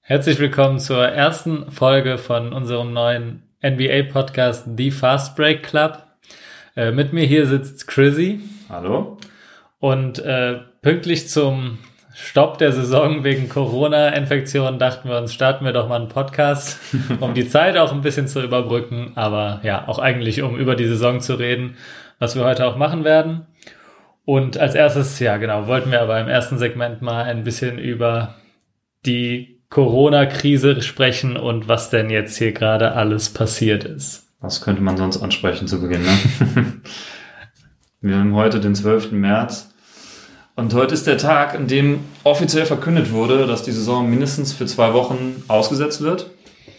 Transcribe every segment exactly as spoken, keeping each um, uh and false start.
Herzlich willkommen zur ersten Folge von unserem neuen N B A-Podcast The Fast Break Club. Äh, mit mir hier sitzt Chrissy. Hallo. Und äh, pünktlich zum Stopp der Saison wegen Corona-Infektion dachten wir uns, starten wir doch mal einen Podcast, um die Zeit auch ein bisschen zu überbrücken, aber ja, auch eigentlich um über die Saison zu reden, was wir heute auch machen werden. Und als erstes, ja genau, wollten wir aber im ersten Segment mal ein bisschen über die Corona-Krise sprechen und was denn jetzt hier gerade alles passiert ist. Was könnte man sonst ansprechen zu Beginn, ne? Wir haben heute den zwölften März und heute ist der Tag, an dem offiziell verkündet wurde, dass die Saison mindestens für zwei Wochen ausgesetzt wird.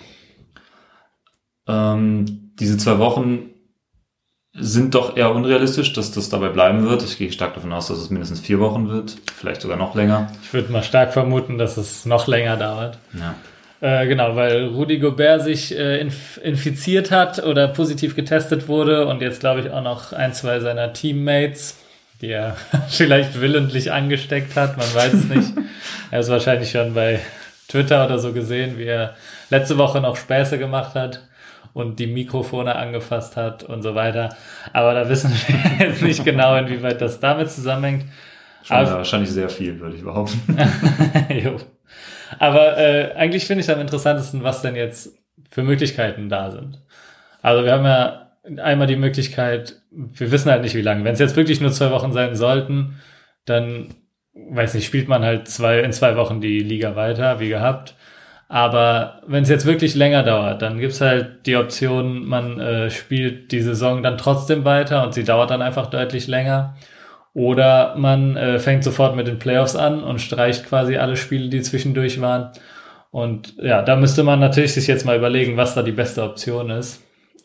Ähm, diese zwei Wochen sind doch eher unrealistisch, dass das dabei bleiben wird. Ich gehe stark davon aus, dass es mindestens vier Wochen wird, vielleicht sogar noch länger. Ich würde mal stark vermuten, dass es noch länger dauert. Ja. Äh, genau, weil Rudy Gobert sich äh, inf- infiziert hat oder positiv getestet wurde und jetzt glaube ich auch noch ein, zwei seiner Teammates, die er vielleicht willentlich angesteckt hat, man weiß es nicht. Er ist wahrscheinlich schon bei Twitter oder so gesehen, wie er letzte Woche noch Späße gemacht hat und die Mikrofone angefasst hat und so weiter. Aber da wissen wir jetzt nicht genau, inwieweit das damit zusammenhängt. Schon Aber, wahrscheinlich sehr viel, würde ich behaupten. Jo. Aber äh, eigentlich finde ich am interessantesten, was denn jetzt für Möglichkeiten da sind. Also wir haben ja einmal die Möglichkeit, wir wissen halt nicht wie lange. Wenn es jetzt wirklich nur zwei Wochen sein sollten, dann, weiß nicht, spielt man halt zwei in zwei Wochen die Liga weiter, wie gehabt. Aber wenn es jetzt wirklich länger dauert, dann gibt's halt die Option, man äh, spielt die Saison dann trotzdem weiter und sie dauert dann einfach deutlich länger. Oder man äh, fängt sofort mit den Playoffs an und streicht quasi alle Spiele, die zwischendurch waren. Und ja, da müsste man natürlich sich jetzt mal überlegen, was da die beste Option ist.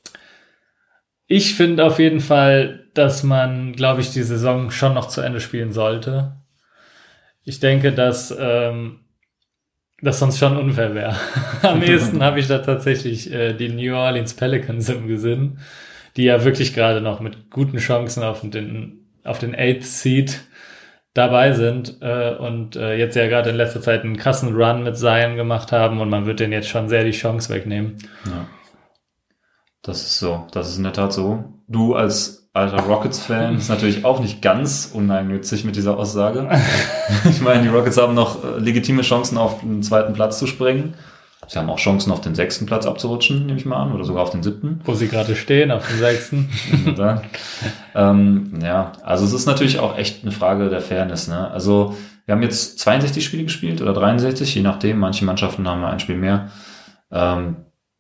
Ich finde auf jeden Fall, dass man, glaube ich, die Saison schon noch zu Ende spielen sollte. Ich denke, dass ähm, das sonst schon unfair wäre. Am ehesten habe ich da tatsächlich äh, die New Orleans Pelicans im Gesinn, die ja wirklich gerade noch mit guten Chancen auf den auf den Eighth Seed dabei sind äh, und äh, jetzt ja gerade in letzter Zeit einen krassen Run mit Zion gemacht haben und man wird denen jetzt schon sehr die Chance wegnehmen. Ja. Das ist so, das ist in der Tat so. Du als alter Rockets-Fan ist natürlich auch nicht ganz uneigennützig mit dieser Aussage. Ich meine, die Rockets haben noch äh, legitime Chancen, auf den zweiten Platz zu springen. Sie haben auch Chancen, auf den sechsten Platz abzurutschen, nehme ich mal an, oder sogar auf den siebten. Wo sie gerade stehen, auf dem sechsten. ähm, ja, also es ist natürlich auch echt eine Frage der Fairness, ne? Also wir haben jetzt zweiundsechzig Spiele gespielt oder dreiundsechzig, je nachdem. Manche Mannschaften haben ein Spiel mehr. Ähm,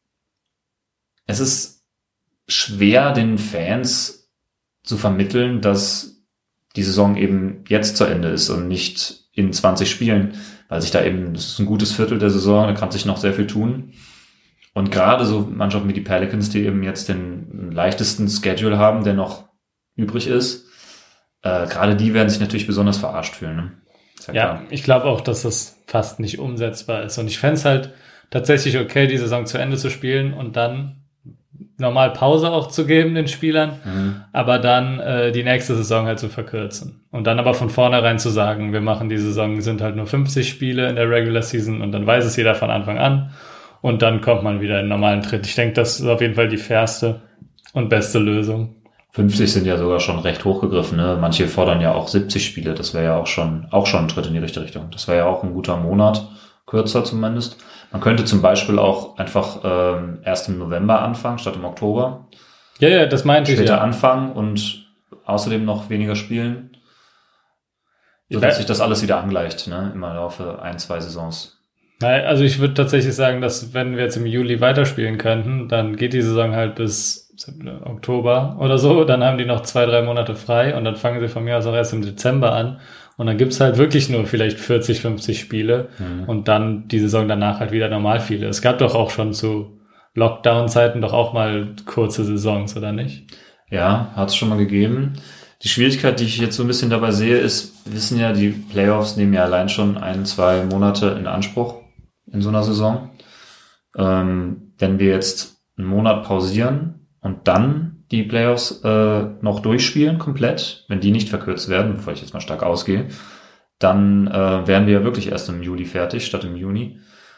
es ist schwer, den Fans zu vermitteln, dass die Saison eben jetzt zu Ende ist und nicht in zwanzig Spielen, weil sich da eben, das ist ein gutes Viertel der Saison, da kann sich noch sehr viel tun. Und gerade so Mannschaften wie die Pelicans, die eben jetzt den leichtesten Schedule haben, der noch übrig ist, äh, gerade die werden sich natürlich besonders verarscht fühlen. Ne? Ja, ja, ich glaube auch, dass das fast nicht umsetzbar ist. Und ich fände es halt tatsächlich okay, die Saison zu Ende zu spielen und dann normal Pause auch zu geben den Spielern, mhm. aber dann äh, die nächste Saison halt zu verkürzen. Und dann aber von vornherein zu sagen, wir machen die Saison, sind halt nur fünfzig Spiele in der Regular Season und dann weiß es jeder von Anfang an und dann kommt man wieder in den normalen Tritt. Ich denke, das ist auf jeden Fall die fairste und beste Lösung. fünfzig sind ja sogar schon recht hochgegriffen, ne? Manche fordern ja auch siebzig Spiele, das wäre ja auch schon auch schon ein Tritt in die richtige Richtung. Das wäre ja auch ein guter Monat, kürzer zumindest. Man könnte zum Beispiel auch einfach ähm, erst im November anfangen, statt im Oktober. Ja, ja, das meinte ich. Später ja. anfangen und außerdem noch weniger spielen, sodass sich das alles wieder angleicht, ne, im Laufe ein, zwei Saisons. Nein, also ich würde tatsächlich sagen, dass wenn wir jetzt im Juli weiterspielen könnten, dann geht die Saison halt bis Oktober oder so, dann haben die noch zwei, drei Monate frei und dann fangen sie von mir aus auch erst im Dezember an. Und dann gibt's halt wirklich nur vielleicht vierzig, fünfzig Spiele mhm. und dann die Saison danach halt wieder normal viele. Es gab doch auch schon zu Lockdown-Zeiten doch auch mal kurze Saisons, oder nicht? Ja, hat's schon mal gegeben. Die Schwierigkeit, die ich jetzt so ein bisschen dabei sehe, ist, wir wissen ja, die Playoffs nehmen ja allein schon ein, zwei Monate in Anspruch in so einer Saison. Ähm, wenn wir jetzt einen Monat pausieren und dann die Playoffs äh, noch durchspielen komplett, wenn die nicht verkürzt werden, bevor ich jetzt mal stark ausgehe, dann äh, wären wir ja wirklich erst im Juli fertig, statt im Juni.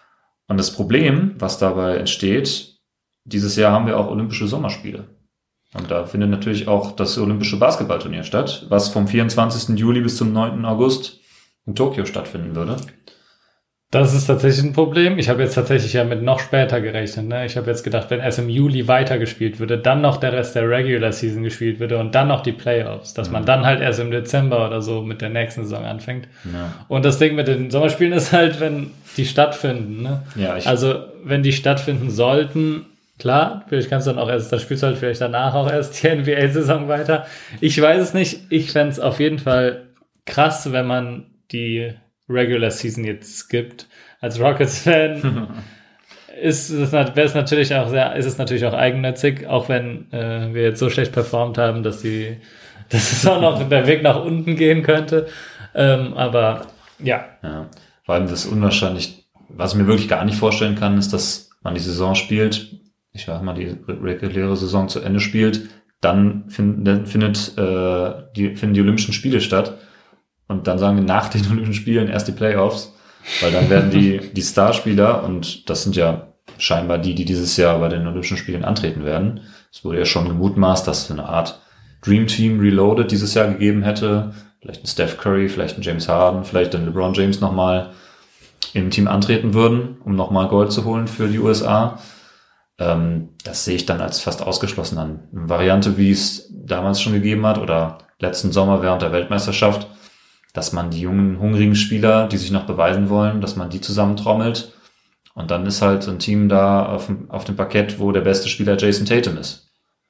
Und das Problem, was dabei entsteht, dieses Jahr haben wir auch Olympische Sommerspiele. Und da findet natürlich auch das Olympische Basketballturnier statt, was vom vierundzwanzigsten Juli bis zum neunten August in Tokio stattfinden würde. Das ist tatsächlich ein Problem. Ich habe jetzt tatsächlich ja mit noch später gerechnet. Ne? Ich habe jetzt gedacht, wenn erst im Juli weitergespielt würde, dann noch der Rest der Regular Season gespielt würde und dann noch die Playoffs, dass mhm. man dann halt erst im Dezember oder so mit der nächsten Saison anfängt. Ja. Und das Ding mit den Sommerspielen ist halt, wenn die stattfinden. Ne? Ja, ich also wenn die stattfinden sollten, klar, vielleicht kannst du dann auch erst, dann spielst du halt vielleicht danach auch erst die N B A-Saison weiter. Ich weiß es nicht. Ich fände es auf jeden Fall krass, wenn man die Regular Season jetzt gibt. Als Rockets-Fan ist es, wäre es natürlich auch sehr, ist es natürlich auch eigennützig, auch wenn äh, wir jetzt so schlecht performt haben, dass sie, dass es auch noch der Weg nach unten gehen könnte. Ähm, aber ja. ja. Vor allem das unwahrscheinlich, was ich mir wirklich gar nicht vorstellen kann, ist, dass man die Saison spielt, ich sag mal, die reguläre Saison zu Ende spielt, dann, find, dann findet, äh, die, finden die Olympischen Spiele statt. Und dann sagen wir nach den Olympischen Spielen erst die Playoffs, weil dann werden die, die Starspieler, und das sind ja scheinbar die, die dieses Jahr bei den Olympischen Spielen antreten werden. Es wurde ja schon gemutmaßt, dass es eine Art Dream Team Reloaded dieses Jahr gegeben hätte. Vielleicht ein Steph Curry, vielleicht ein James Harden, vielleicht ein LeBron James nochmal im Team antreten würden, um nochmal Gold zu holen für die U S A. Ähm, das sehe ich dann als fast ausgeschlossen an. Eine Variante, wie es damals schon gegeben hat oder letzten Sommer während der Weltmeisterschaft, dass man die jungen, hungrigen Spieler, die sich noch beweisen wollen, dass man die zusammentrommelt. Und dann ist halt ein Team da auf dem, auf dem Parkett, wo der beste Spieler Jason Tatum ist.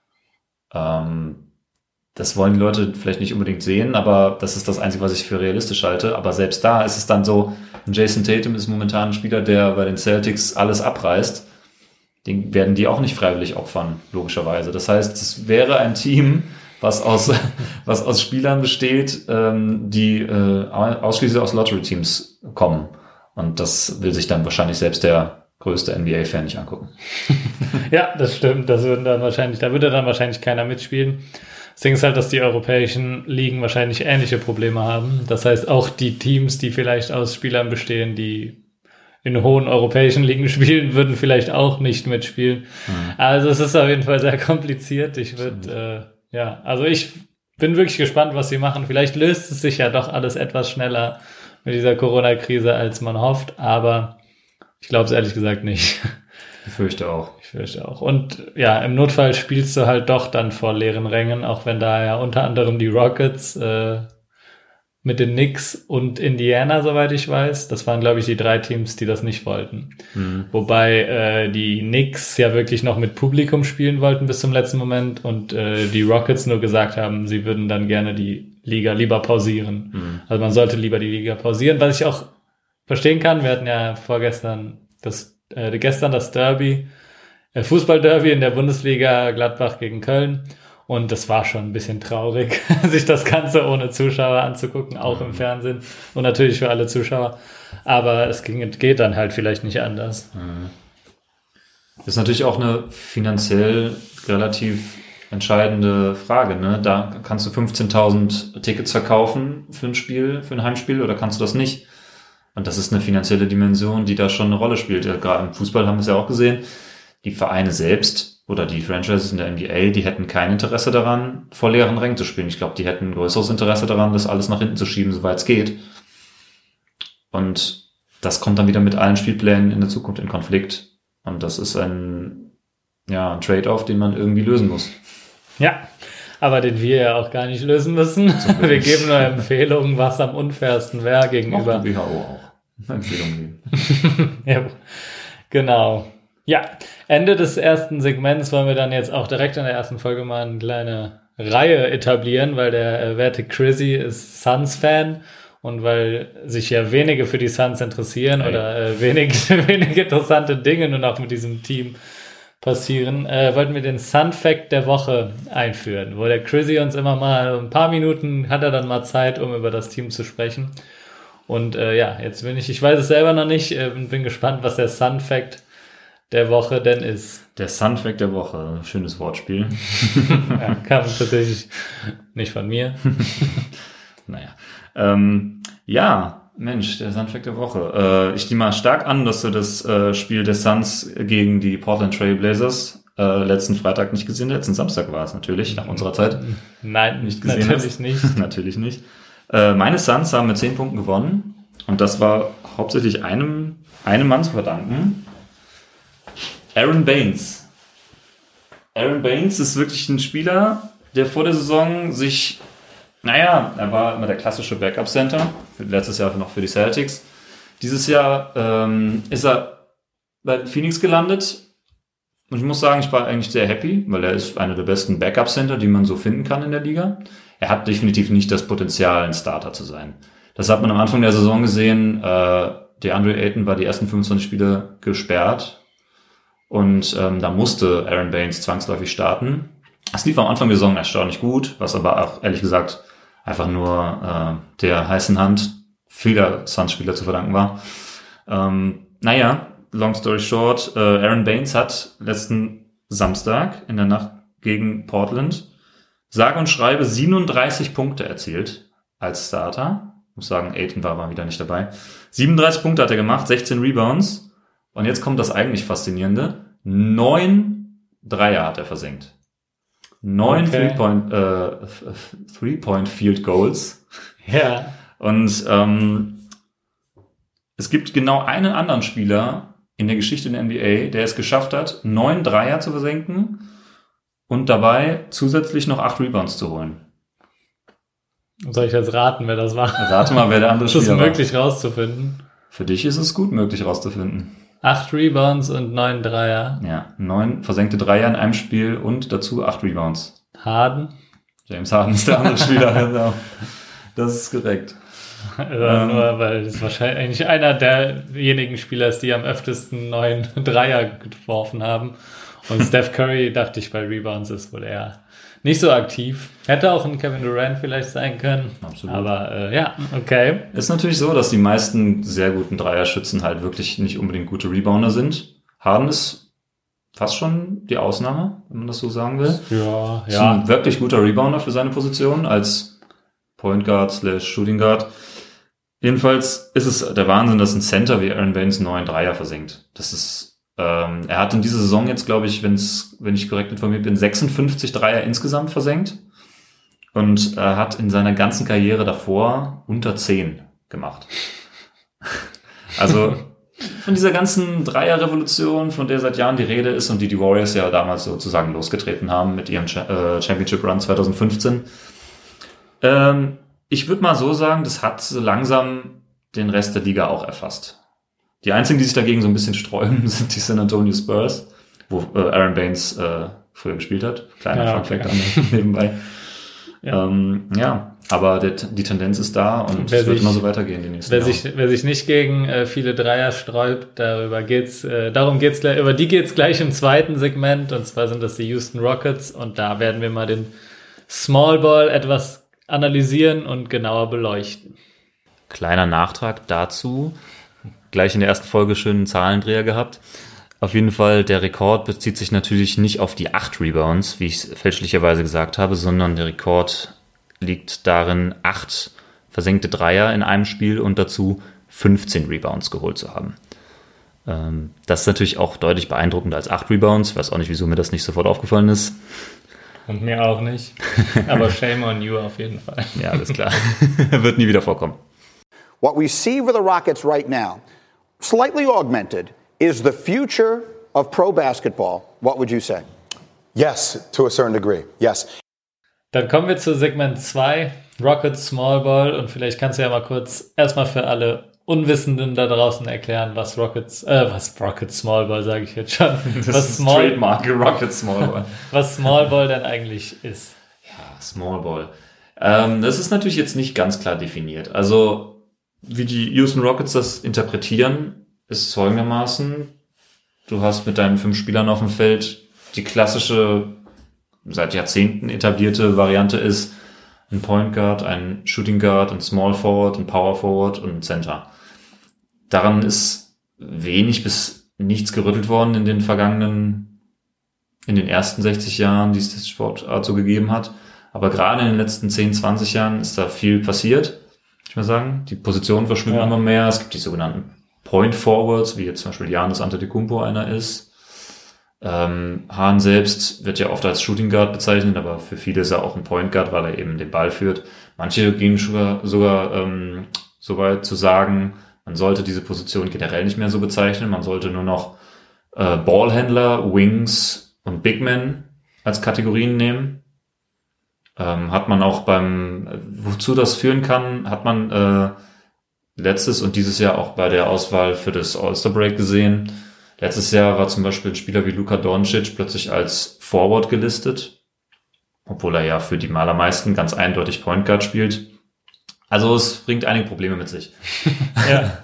Ähm, das wollen die Leute vielleicht nicht unbedingt sehen, aber das ist das Einzige, was ich für realistisch halte. Aber selbst da ist es dann so, Jason Tatum ist momentan ein Spieler, der bei den Celtics alles abreißt. Den werden die auch nicht freiwillig opfern, logischerweise. Das heißt, es wäre ein Team, was aus, was aus Spielern besteht, ähm, die äh, ausschließlich aus Lottery-Teams kommen. Und das will sich dann wahrscheinlich selbst der größte N B A-Fan nicht angucken. Ja, das stimmt. Das würden dann wahrscheinlich, da würde dann wahrscheinlich keiner mitspielen. Das Ding ist halt, dass die europäischen Ligen wahrscheinlich ähnliche Probleme haben. Das heißt, auch die Teams, die vielleicht aus Spielern bestehen, die in hohen europäischen Ligen spielen, würden vielleicht auch nicht mitspielen. Mhm. Also es ist auf jeden Fall sehr kompliziert. Ich würde... Äh, Ja, also ich bin wirklich gespannt, was sie machen. Vielleicht löst es sich ja doch alles etwas schneller mit dieser Corona-Krise, als man hofft, aber ich glaube es ehrlich gesagt nicht. Ich fürchte auch. Ich fürchte auch. Und ja, im Notfall spielst du halt doch dann vor leeren Rängen, auch wenn da ja unter anderem die Rockets äh, mit den Knicks und Indiana, soweit ich weiß. Das waren, glaube ich, die drei Teams, die das nicht wollten. Mhm. Wobei äh, die Knicks ja wirklich noch mit Publikum spielen wollten bis zum letzten Moment und äh, die Rockets nur gesagt haben, sie würden dann gerne die Liga lieber pausieren. Mhm. Also man sollte lieber die Liga pausieren, was ich auch verstehen kann. Wir hatten ja vorgestern das, äh, gestern das Derby, äh, Fußball-Derby in der Bundesliga, Gladbach gegen Köln. Und das war schon ein bisschen traurig, sich das Ganze ohne Zuschauer anzugucken, auch im Fernsehen und natürlich für alle Zuschauer. Aber es ging, geht dann halt vielleicht nicht anders. Das ist natürlich auch eine finanziell relativ entscheidende Frage, ne? Da kannst du fünfzehntausend Tickets verkaufen für ein Spiel, für ein Heimspiel, oder kannst du das nicht? Und das ist eine finanzielle Dimension, die da schon eine Rolle spielt. Ja, gerade im Fußball haben wir es ja auch gesehen. Die Vereine selbst oder die Franchises in der N B A, die hätten kein Interesse daran, vor leeren Rängen zu spielen. Ich glaube, die hätten ein größeres Interesse daran, das alles nach hinten zu schieben, soweit es geht. Und das kommt dann wieder mit allen Spielplänen in der Zukunft in Konflikt. Und das ist ein, ja, ein Trade-off, den man irgendwie lösen muss. Ja, aber den wir ja auch gar nicht lösen müssen. Wir geben nur Empfehlungen, was am unfairsten wäre gegenüber. Auch die W H O auch. Empfehlungen geben. Ja, genau. Ja, Ende des ersten Segments wollen wir dann jetzt auch direkt in der ersten Folge mal eine kleine Reihe etablieren, weil der äh, werte Chrissy ist Suns-Fan und weil sich ja wenige für die Suns interessieren hey. oder äh, wenig, wenige interessante Dinge nur noch mit diesem Team passieren, äh, wollten wir den Sun-Fact der Woche einführen, wo der Chrissy uns immer mal ein paar Minuten hat er dann mal Zeit, um über das Team zu sprechen. Und äh, ja, jetzt bin ich, ich weiß es selber noch nicht, äh, bin gespannt, was der Sun-Fact der Woche denn ist. Der Sun-Fact der Woche, schönes Wortspiel. Ja, kam tatsächlich nicht von mir. Naja. Ähm, ja, Mensch, der Sunfact der Woche. Äh, ich nehme mal stark an, dass du das äh, Spiel der Suns gegen die Portland Trail Blazers äh, letzten Freitag nicht gesehen hast. Letzten Samstag war es natürlich, nach unserer Zeit. Nein, nicht gesehen natürlich hast. nicht. Natürlich nicht. Äh, meine Suns haben mit zehn Punkten gewonnen. Und das war hauptsächlich einem, einem Mann zu verdanken. Aaron Baines. Aaron Baines ist wirklich ein Spieler, der vor der Saison sich, naja, er war immer der klassische Backup-Center, letztes Jahr noch für die Celtics. Dieses Jahr ähm, ist er bei Phoenix gelandet und ich muss sagen, ich war eigentlich sehr happy, weil er ist einer der besten Backup-Center, die man so finden kann in der Liga. Er hat definitiv nicht das Potenzial, ein Starter zu sein. Das hat man am Anfang der Saison gesehen. Äh, DeAndre Ayton war die ersten fünfundzwanzig Spiele gesperrt und ähm, da musste Aaron Baines zwangsläufig starten. Es lief am Anfang der Saison erstaunlich gut, was aber auch ehrlich gesagt einfach nur äh, der heißen Hand vieler Suns-Spieler zu verdanken war. Ähm, naja, long story short, äh, Aaron Baines hat letzten Samstag in der Nacht gegen Portland sage und schreibe siebenunddreißig Punkte erzielt als Starter. Ich muss sagen, Ayton war mal wieder nicht dabei. siebenunddreißig Punkte hat er gemacht, sechzehn Rebounds. Und jetzt kommt das eigentlich Faszinierende. Neun Dreier hat er versenkt. Neun Okay. Three-Point, äh, Three-Point-Field-Goals. Ja. Und ähm, es gibt genau einen anderen Spieler in der Geschichte der N B A, der es geschafft hat, neun Dreier zu versenken und dabei zusätzlich noch acht Rebounds zu holen. Soll ich jetzt raten, wer das war? Rate mal, wer der andere Das ist Spieler möglich rauszufinden. war. Für dich ist es gut möglich rauszufinden. Acht Rebounds und neun Dreier. Ja, neun versenkte Dreier in einem Spiel und dazu acht Rebounds. Harden. James Harden ist der andere Spieler. Genau. Das ist korrekt. Also Ähm. nur, weil es wahrscheinlich eigentlich einer derjenigen Spieler ist, die am öftesten neun Dreier geworfen haben. Und Steph Curry, dachte ich, bei Rebounds ist wohl eher nicht so aktiv. Hätte auch ein Kevin Durant vielleicht sein können. Absolut. Aber äh, ja, okay. Ist natürlich so, dass die meisten sehr guten Dreierschützen halt wirklich nicht unbedingt gute Rebounder sind. Harden ist fast schon die Ausnahme, wenn man das so sagen will. Ja, Ist ja. ein wirklich guter Rebounder für seine Position als Point Guard slash Shooting Guard. Jedenfalls ist es der Wahnsinn, dass ein Center wie Aaron Baines neun Dreier versenkt. Das ist, ähm, er hat in dieser Saison jetzt, glaube ich, wenn's, wenn ich korrekt informiert bin, sechsundfünfzig Dreier insgesamt versenkt. Und er hat in seiner ganzen Karriere davor unter zehn gemacht. Also von dieser ganzen Dreier-Revolution, von der seit Jahren die Rede ist und die die Warriors ja damals sozusagen losgetreten haben mit ihrem Championship-Run zwanzig fünfzehn. Ähm, ich würde mal so sagen, das hat so langsam den Rest der Liga auch erfasst. Die einzigen, die sich dagegen so ein bisschen sträuben, sind die San Antonio Spurs, wo äh, Aaron Baines äh, früher gespielt hat. Kleiner Ja, Fun-Fact okay. an nebenbei. Ja. Ähm, ja, aber der, die Tendenz ist da und Wer es wird sich- immer so weitergehen die nächsten Wer Jahre. sich, wer sich nicht gegen äh, viele Dreier sträubt, darüber geht's, äh, darum geht's gleich, über die geht's gleich im zweiten Segment, und zwar sind das die Houston Rockets, und da werden wir mal den Small Ball etwas analysieren und genauer beleuchten. Kleiner Nachtrag dazu. Gleich in der ersten Folge schönen Zahlendreher gehabt. Auf jeden Fall, der Rekord bezieht sich natürlich nicht auf die acht Rebounds, wie ich es fälschlicherweise gesagt habe, sondern der Rekord liegt darin, acht versenkte Dreier in einem Spiel und dazu fünfzehn Rebounds geholt zu haben. Ähm, das ist natürlich auch deutlich beeindruckender als acht Rebounds. Ich weiß auch nicht, wieso mir das nicht sofort aufgefallen ist. Und mir auch nicht. Aber shame on you auf jeden Fall. Ja, alles klar. Wird nie wieder vorkommen. What we see with the Rockets right now, slightly augmented, is the future of pro basketball. What would you say? Yes, to a certain degree. Yes. Dann kommen wir zu Segment zwei, Rockets Small Ball, und vielleicht kannst du ja mal kurz erstmal für alle Unwissenden da draußen erklären, was Rockets, äh, was Rockets Small Ball sage ich jetzt schon, was Small, Trademark Rocket Small Ball. was Small Ball denn eigentlich ist. Small Ball. Ähm, das ist natürlich jetzt nicht ganz klar definiert. Also, wie die Houston Rockets das interpretieren, ist folgendermaßen: Du hast mit deinen fünf Spielern auf dem Feld die klassische, seit Jahrzehnten etablierte Variante ist ein Point Guard, ein Shooting Guard, ein Small Forward, ein Power Forward und ein Center. Daran ist wenig bis nichts gerüttelt worden in den vergangenen, in den ersten sechzig Jahren, die es das Sportart so gegeben hat. Aber gerade in den letzten zehn, zwanzig Jahren ist da viel passiert. ich mal sagen. Die Positionen verschwimmen Ja. immer mehr. Es gibt die sogenannten Point Forwards, wie jetzt zum Beispiel Giannis Antetokounmpo einer ist. Ähm, Harden selbst wird ja oft als Shooting Guard bezeichnet, aber für viele ist er auch ein Point Guard, weil er eben den Ball führt. Manche gehen sogar, sogar ähm, so weit zu sagen, man sollte diese Position generell nicht mehr so bezeichnen. Man sollte nur noch äh, Ballhändler, Wings und Big Men als Kategorien nehmen. Ähm, hat man auch beim, wozu das führen kann, hat man äh, letztes und dieses Jahr auch bei der Auswahl für das All-Star Break gesehen. Letztes Jahr war zum Beispiel ein Spieler wie Luka Doncic plötzlich als Forward gelistet, obwohl er ja für die allermeisten ganz eindeutig Point Guard spielt. Also es bringt einige Probleme mit sich. Ja.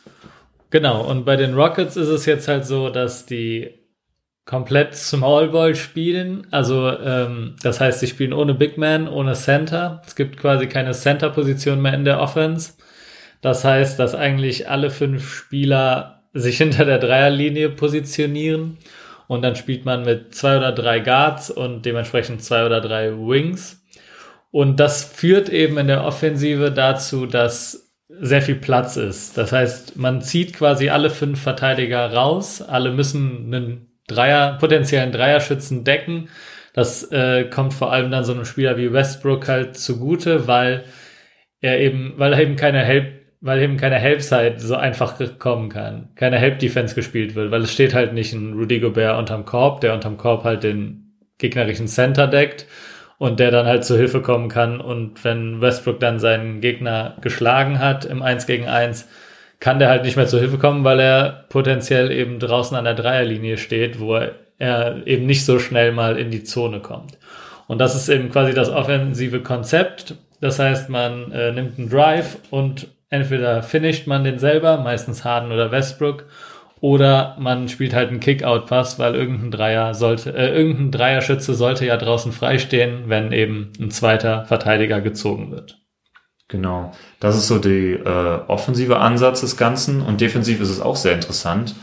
Genau, und bei den Rockets ist es jetzt halt so, dass die komplett Small Ball spielen. Also ähm, das heißt, sie spielen ohne Big Man, ohne Center. Es gibt quasi keine Center-Position mehr in der Offense. Das heißt, dass eigentlich alle fünf Spieler sich hinter der Dreierlinie positionieren und dann spielt man mit zwei oder drei Guards und dementsprechend zwei oder drei Wings. Und das führt eben in der Offensive dazu, dass sehr viel Platz ist. Das heißt, man zieht quasi alle fünf Verteidiger raus. Alle müssen einen Dreier, potenziellen Dreierschützen decken. Das äh, kommt vor allem dann so einem Spieler wie Westbrook halt zugute, weil er eben, weil er eben keine Help, weil eben keine Help-Side so einfach kommen kann. Keine Help-Defense gespielt wird, weil es steht halt nicht ein Rudy Gobert unterm Korb, der unterm Korb halt den gegnerischen Center deckt und der dann halt zur Hilfe kommen kann. Und wenn Westbrook dann seinen Gegner geschlagen hat im eins gegen eins, kann der halt nicht mehr zur Hilfe kommen, weil er potenziell eben draußen an der Dreierlinie steht, wo er eben nicht so schnell mal in die Zone kommt. Und das ist eben quasi das offensive Konzept. Das heißt, man äh, nimmt einen Drive und entweder finisht man den selber, meistens Harden oder Westbrook, oder man spielt halt einen Kick-Out-Pass, weil irgendein Dreier sollte, äh, irgendein Dreierschütze sollte ja draußen freistehen, wenn eben ein zweiter Verteidiger gezogen wird. Genau, das ist so der äh, offensive Ansatz des Ganzen und defensiv ist es auch sehr interessant.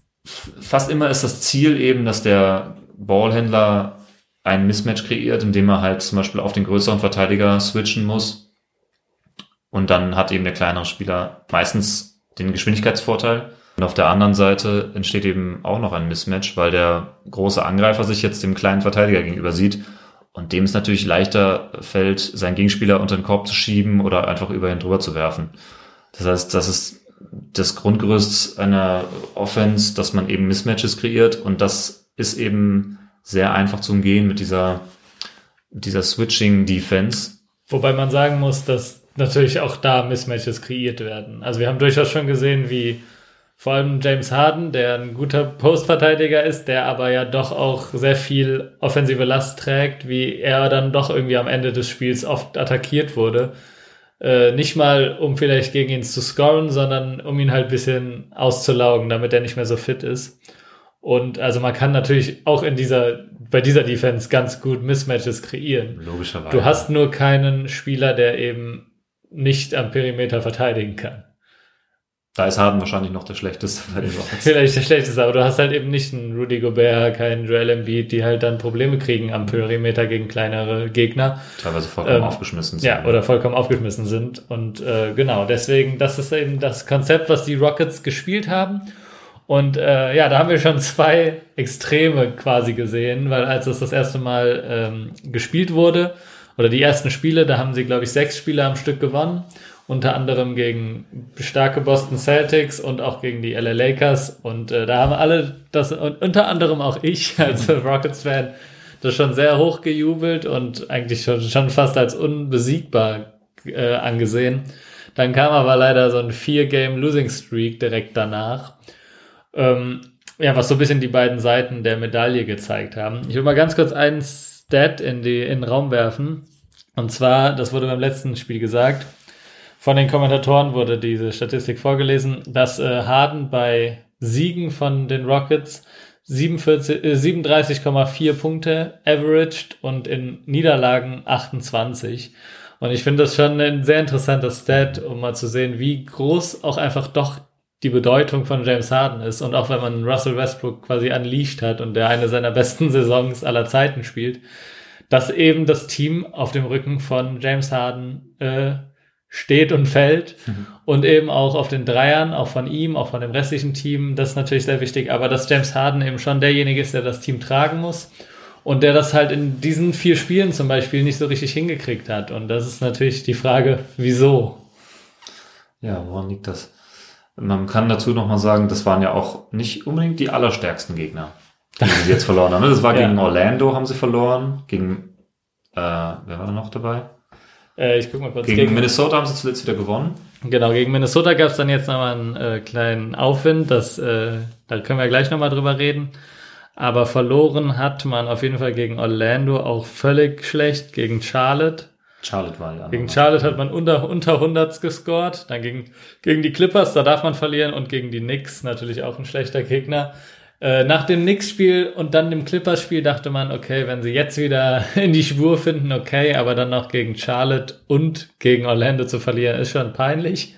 Fast immer ist das Ziel eben, dass der Ballhändler ein Mismatch kreiert, indem er halt zum Beispiel auf den größeren Verteidiger switchen muss und dann hat eben der kleinere Spieler meistens den Geschwindigkeitsvorteil. Und auf der anderen Seite entsteht eben auch noch ein Mismatch, weil der große Angreifer sich jetzt dem kleinen Verteidiger gegenüber sieht und dem es natürlich leichter fällt, seinen Gegenspieler unter den Korb zu schieben oder einfach über ihn drüber zu werfen. Das heißt, das ist das Grundgerüst einer Offense, dass man eben Mismatches kreiert und das ist eben sehr einfach zu umgehen mit dieser, mit dieser Switching-Defense. Wobei man sagen muss, dass natürlich auch da Mismatches kreiert werden. Also wir haben durchaus schon gesehen, wie vor allem James Harden, der ein guter Postverteidiger ist, der aber ja doch auch sehr viel offensive Last trägt, wie er dann doch irgendwie am Ende des Spiels oft attackiert wurde. Äh, nicht mal, um vielleicht gegen ihn zu scoren, sondern um ihn halt ein bisschen auszulaugen, damit er nicht mehr so fit ist. Und also man kann natürlich auch in dieser, bei dieser Defense ganz gut Mismatches kreieren. Logischerweise. Du hast nur keinen Spieler, der eben nicht am Perimeter verteidigen kann. Da ist Harden wahrscheinlich noch der schlechteste bei den Rockets. Vielleicht der schlechteste, aber du hast halt eben nicht einen Rudy Gobert, keinen Joel Embiid, die halt dann Probleme kriegen am Perimeter gegen kleinere Gegner. Teilweise vollkommen ähm, aufgeschmissen sind. Ja, oder vollkommen aufgeschmissen sind. Und äh, genau, deswegen, das ist eben das Konzept, was die Rockets gespielt haben. Und äh, ja, da haben wir schon zwei Extreme quasi gesehen, weil als es das erste Mal ähm, gespielt wurde, oder die ersten Spiele, da haben sie, glaube ich, sechs Spiele am Stück gewonnen. Unter anderem gegen starke Boston Celtics und auch gegen die L A Lakers. Und äh, da haben alle, das und unter anderem auch ich als Rockets-Fan, das schon sehr hoch gejubelt und eigentlich schon, schon fast als unbesiegbar äh, angesehen. Dann kam aber leider so ein Vier-Game-Losing-Streak direkt danach. Ähm, ja, was so ein bisschen die beiden Seiten der Medaille gezeigt haben. Ich will mal ganz kurz einen Stat in, die, in den Raum werfen. Und zwar, das wurde beim letzten Spiel gesagt, von den Kommentatoren wurde diese Statistik vorgelesen, dass äh, Harden bei Siegen von den Rockets siebenundvierzig, äh, siebenunddreißig Komma vier Punkte averaged und in Niederlagen achtundzwanzig. Und ich finde das schon ein sehr interessanter Stat, um mal zu sehen, wie groß auch einfach doch die Bedeutung von James Harden ist. Und auch wenn man Russell Westbrook quasi unleashed hat und der eine seiner besten Saisons aller Zeiten spielt, dass eben das Team auf dem Rücken von James Harden äh, steht und fällt. Mhm. Und eben auch auf den Dreiern, auch von ihm, auch von dem restlichen Team, das ist natürlich sehr wichtig. Aber dass James Harden eben schon derjenige ist, der das Team tragen muss und der das halt in diesen vier Spielen zum Beispiel nicht so richtig hingekriegt hat. Und das ist natürlich die Frage, wieso? Ja, woran liegt das? Man kann dazu nochmal sagen, das waren ja auch nicht unbedingt die allerstärksten Gegner, die sie jetzt verloren haben. Das war ja. Gegen Orlando haben sie verloren, gegen, äh, wer war da noch dabei? Äh, ich guck mal kurz. Gegen, gegen Minnesota haben sie zuletzt wieder gewonnen. Genau, gegen Minnesota gab es dann jetzt nochmal einen äh, kleinen Aufwind, das, äh, da können wir gleich nochmal drüber reden. Aber verloren hat man auf jeden Fall gegen Orlando auch völlig schlecht, gegen Charlotte. Charlotte war ja. Gegen Charlotte hat man unter, unter hundert gescored, dann gegen, gegen die Clippers, da darf man verlieren, und gegen die Knicks natürlich auch ein schlechter Gegner. Äh, nach dem Knicks-Spiel und dann dem Clippers-Spiel dachte man, okay, wenn sie jetzt wieder in die Spur finden, okay, aber dann noch gegen Charlotte und gegen Orlando zu verlieren, ist schon peinlich.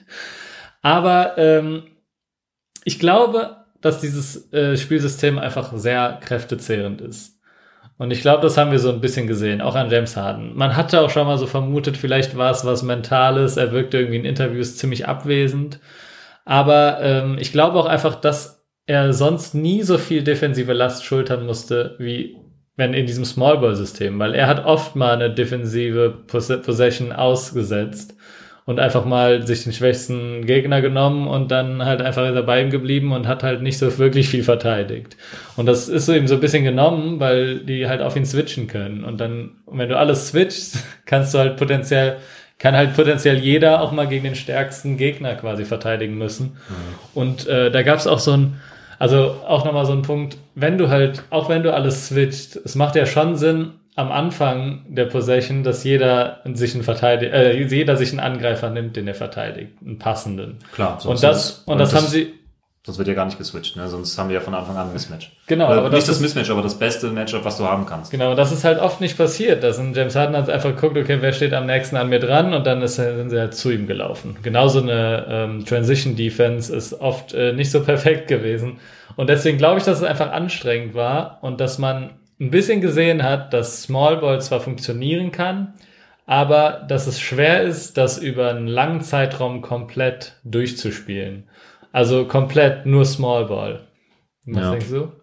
Aber ähm, ich glaube, dass dieses äh, Spielsystem einfach sehr kräftezehrend ist. Und ich glaube, das haben wir so ein bisschen gesehen, auch an James Harden. Man hatte auch schon mal so vermutet, vielleicht war es was Mentales, er wirkte irgendwie in Interviews ziemlich abwesend. Aber ähm, ich glaube auch einfach, dass er sonst nie so viel defensive Last schultern musste, wie wenn in diesem Small-Ball-System. Weil er hat oft mal eine defensive Poss- Possession ausgesetzt und einfach mal sich den schwächsten Gegner genommen und dann halt einfach dabei geblieben und hat halt nicht so wirklich viel verteidigt. Und das ist so eben so ein bisschen genommen, weil die halt auf ihn switchen können. Und dann, wenn du alles switchst, kannst du halt potenziell, kann halt potenziell jeder auch mal gegen den stärksten Gegner quasi verteidigen müssen. Mhm. Und äh, da gab's auch so ein, also auch nochmal so ein Punkt, wenn du halt, auch wenn du alles switcht, es macht ja schon Sinn, am Anfang der Possession, dass jeder sich einen Verteidiger, äh, jeder sich einen Angreifer nimmt, den er verteidigt, einen passenden. Klar. Und das, und das, das haben sie. Sonst wird ja gar nicht geswitcht, ne? Sonst haben wir ja von Anfang an ein Mismatch. Genau. Oder aber nicht das das Mismatch, aber das beste Matchup, was du haben kannst. Genau. Das ist halt oft nicht passiert. Dass ein James Harden hat einfach geguckt, okay, wer steht am nächsten an mir dran, und dann ist, sind sie halt zu ihm gelaufen. Genauso eine ähm, Transition Defense ist oft äh, nicht so perfekt gewesen. Und deswegen glaube ich, dass es einfach anstrengend war und dass man ein bisschen gesehen hat, dass Small Ball zwar funktionieren kann, aber dass es schwer ist, das über einen langen Zeitraum komplett durchzuspielen. Also komplett nur Small Ball. Was ja. denkst du?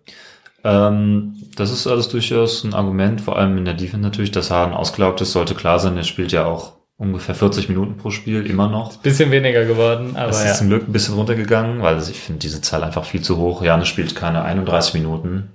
Ähm, das ist alles durchaus ein Argument, vor allem in der Defense natürlich, dass Harden ausgelaugt ist, sollte klar sein. Er spielt ja auch ungefähr vierzig Minuten pro Spiel, immer noch. Bisschen weniger geworden, aber das ja. ist zum Glück ein bisschen runtergegangen, weil ich finde diese Zahl einfach viel zu hoch. Janis spielt keine einunddreißig Minuten.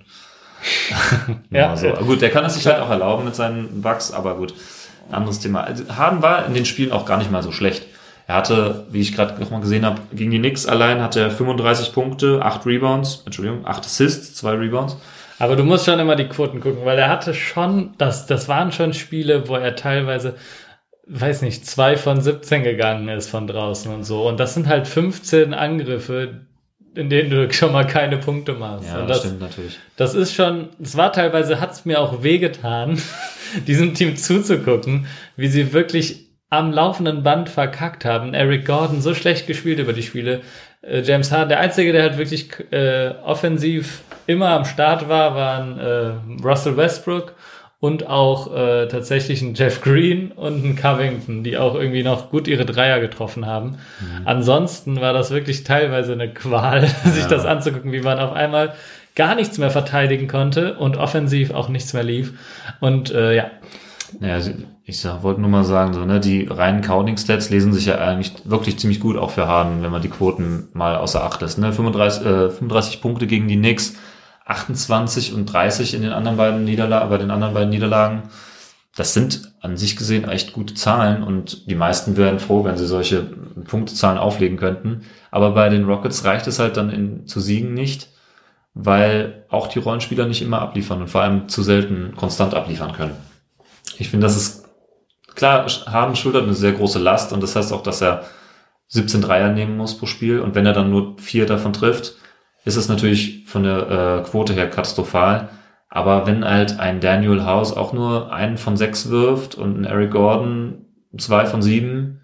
ja, also, ja. Gut, der kann es sich halt auch erlauben mit seinen Bucks, aber gut, ein anderes Thema. Also, Harden war in den Spielen auch gar nicht mal so schlecht. Er hatte, wie ich gerade noch mal gesehen habe, gegen die Knicks allein hatte er fünfunddreißig Punkte, acht Rebounds, Entschuldigung, acht Assists, zwei Rebounds. Aber du musst schon immer die Quoten gucken, weil er hatte schon, das, das waren schon Spiele, wo er teilweise, weiß nicht, zwei von siebzehn gegangen ist von draußen und so. Und das sind halt fünfzehn Angriffe, in denen du schon mal keine Punkte machst. Ja, und das, das stimmt natürlich. Das ist schon, es war teilweise, hat es mir auch wehgetan, diesem Team zuzugucken, wie sie wirklich am laufenden Band verkackt haben. Eric Gordon so schlecht gespielt über die Spiele. Äh, James Harden, der Einzige, der halt wirklich äh, offensiv immer am Start war, waren äh, Russell Westbrook und auch äh, tatsächlich ein Jeff Green und ein Covington, die auch irgendwie noch gut ihre Dreier getroffen haben. Mhm. Ansonsten war das wirklich teilweise eine Qual, ja. sich das anzugucken, wie man auf einmal gar nichts mehr verteidigen konnte und offensiv auch nichts mehr lief. Und äh, ja. Naja, ich sag, wollte nur mal sagen, so, ne, die reinen Counting-Stats lesen sich ja eigentlich wirklich ziemlich gut auch für Harden, wenn man die Quoten mal außer Acht lässt. Ne? fünfunddreißig, äh, fünfunddreißig Punkte gegen die Knicks, achtundzwanzig und dreißig in den anderen beiden Niederlagen, bei den anderen beiden Niederlagen. Das sind an sich gesehen echt gute Zahlen und die meisten wären froh, wenn sie solche Punktezahlen auflegen könnten. Aber bei den Rockets reicht es halt dann in, zu Siegen nicht, weil auch die Rollenspieler nicht immer abliefern und vor allem zu selten konstant abliefern können. Ich finde, das ist klar, Harden schultert eine sehr große Last und das heißt auch, dass er siebzehn Dreier nehmen muss pro Spiel und wenn er dann nur vier davon trifft, ist es natürlich von der äh, Quote her katastrophal. Aber wenn halt ein Daniel House auch nur einen von sechs wirft und ein Eric Gordon zwei von sieben,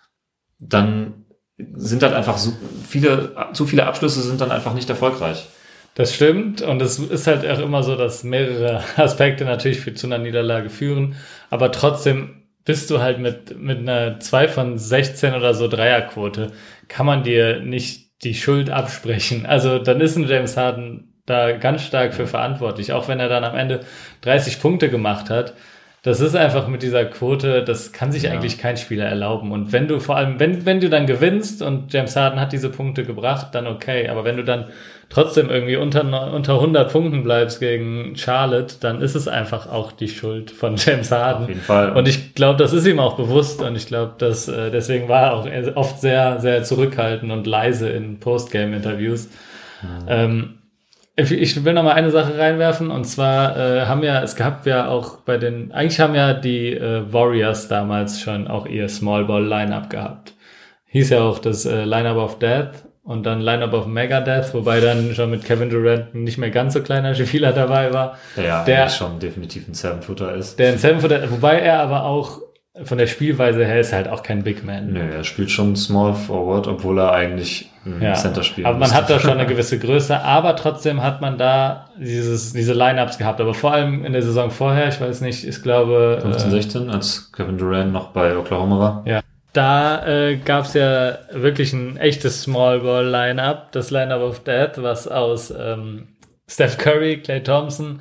dann sind halt einfach so viele, zu viele Abschlüsse sind dann einfach nicht erfolgreich. Das stimmt und es ist halt auch immer so, dass mehrere Aspekte natürlich für zu einer Niederlage führen, aber trotzdem bist du halt mit, mit einer zwei von sechzehn oder so Dreierquote, kann man dir nicht die Schuld absprechen. Also dann ist ein James Harden da ganz stark für verantwortlich, auch wenn er dann am Ende dreißig Punkte gemacht hat. Das ist einfach mit dieser Quote, das kann sich ja. eigentlich kein Spieler erlauben. Und wenn du vor allem, wenn, wenn du dann gewinnst und James Harden hat diese Punkte gebracht, dann okay. Aber wenn du dann trotzdem irgendwie unter, unter hundert Punkten bleibst gegen Charlotte, dann ist es einfach auch die Schuld von James Harden. Auf jeden Fall. Und ich glaube, das ist ihm auch bewusst. Und ich glaube, dass äh, deswegen war er auch oft sehr, sehr zurückhaltend und leise in Postgame-Interviews. Mhm. Ähm, Ich will noch mal eine Sache reinwerfen, und zwar äh, haben ja, es gab ja auch bei den, eigentlich haben ja die äh, Warriors damals schon auch ihr Small Ball Lineup gehabt. Hieß ja auch das äh, Lineup of Death und dann Lineup of Megadeth, wobei dann schon mit Kevin Durant ein nicht mehr ganz so kleiner Spieler dabei war. Ja, der schon definitiv ein Seven-Footer ist. Der ein Seven-Footer, wobei er aber auch von der Spielweise her ist halt auch kein Big Man. Nö, er spielt schon Small Forward, obwohl er eigentlich ein ja, Center spielt. Aber man müsste. Hat da schon eine gewisse Größe, aber trotzdem hat man da dieses, diese Lineups gehabt. Aber vor allem in der Saison vorher, ich weiß nicht, ich glaube fünfzehn, sechzehn, als Kevin Durant noch bei Oklahoma war. Ja. Da äh, gab es ja wirklich ein echtes Small Ball Lineup, das Lineup of Death, was aus ähm, Steph Curry, Klay Thompson,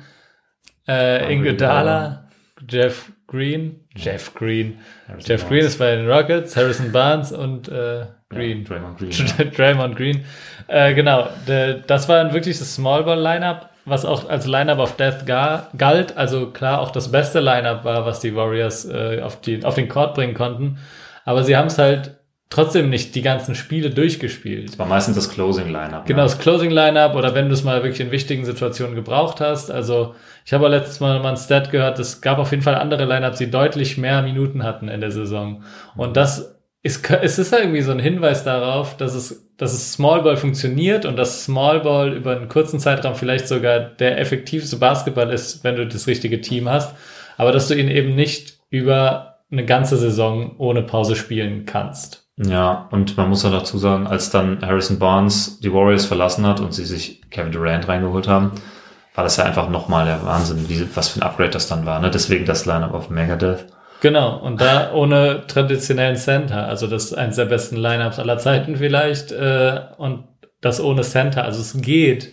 äh, Iguodala, Jeff Green, Jeff Green, Harrison Jeff Barnes. Green ist bei den Rockets, Harrison Barnes und äh, Green. Ja, Draymond Green. Ja. Draymond Green. Äh, genau, de, das war ein wirkliches Small Ball Lineup, was auch als Lineup of Death ga, galt. Also klar, auch das beste Lineup war, was die Warriors äh, auf, die, auf den Court bringen konnten. Aber sie haben es halt trotzdem nicht die ganzen Spiele durchgespielt. Es war meistens das Closing Lineup. Genau, ne? Das Closing Lineup, oder wenn du es mal wirklich in wichtigen Situationen gebraucht hast. Also ich habe letztes Mal mal ein Stat gehört, es gab auf jeden Fall andere Lineups, die deutlich mehr Minuten hatten in der Saison. Und das ist, es ist irgendwie so ein Hinweis darauf, dass es, dass es Small Ball funktioniert und dass Small Ball über einen kurzen Zeitraum vielleicht sogar der effektivste Basketball ist, wenn du das richtige Team hast. Aber dass du ihn eben nicht über eine ganze Saison ohne Pause spielen kannst. Ja, und man muss ja dazu sagen, als dann Harrison Barnes die Warriors verlassen hat und sie sich Kevin Durant reingeholt haben, war das ja einfach nochmal der Wahnsinn, wie, was für ein Upgrade das dann war. Ne? Deswegen das Lineup auf Megadeth. Genau, und da ohne traditionellen Center, also das ist eines der besten Lineups aller Zeiten vielleicht, äh, und das ohne Center, also es geht,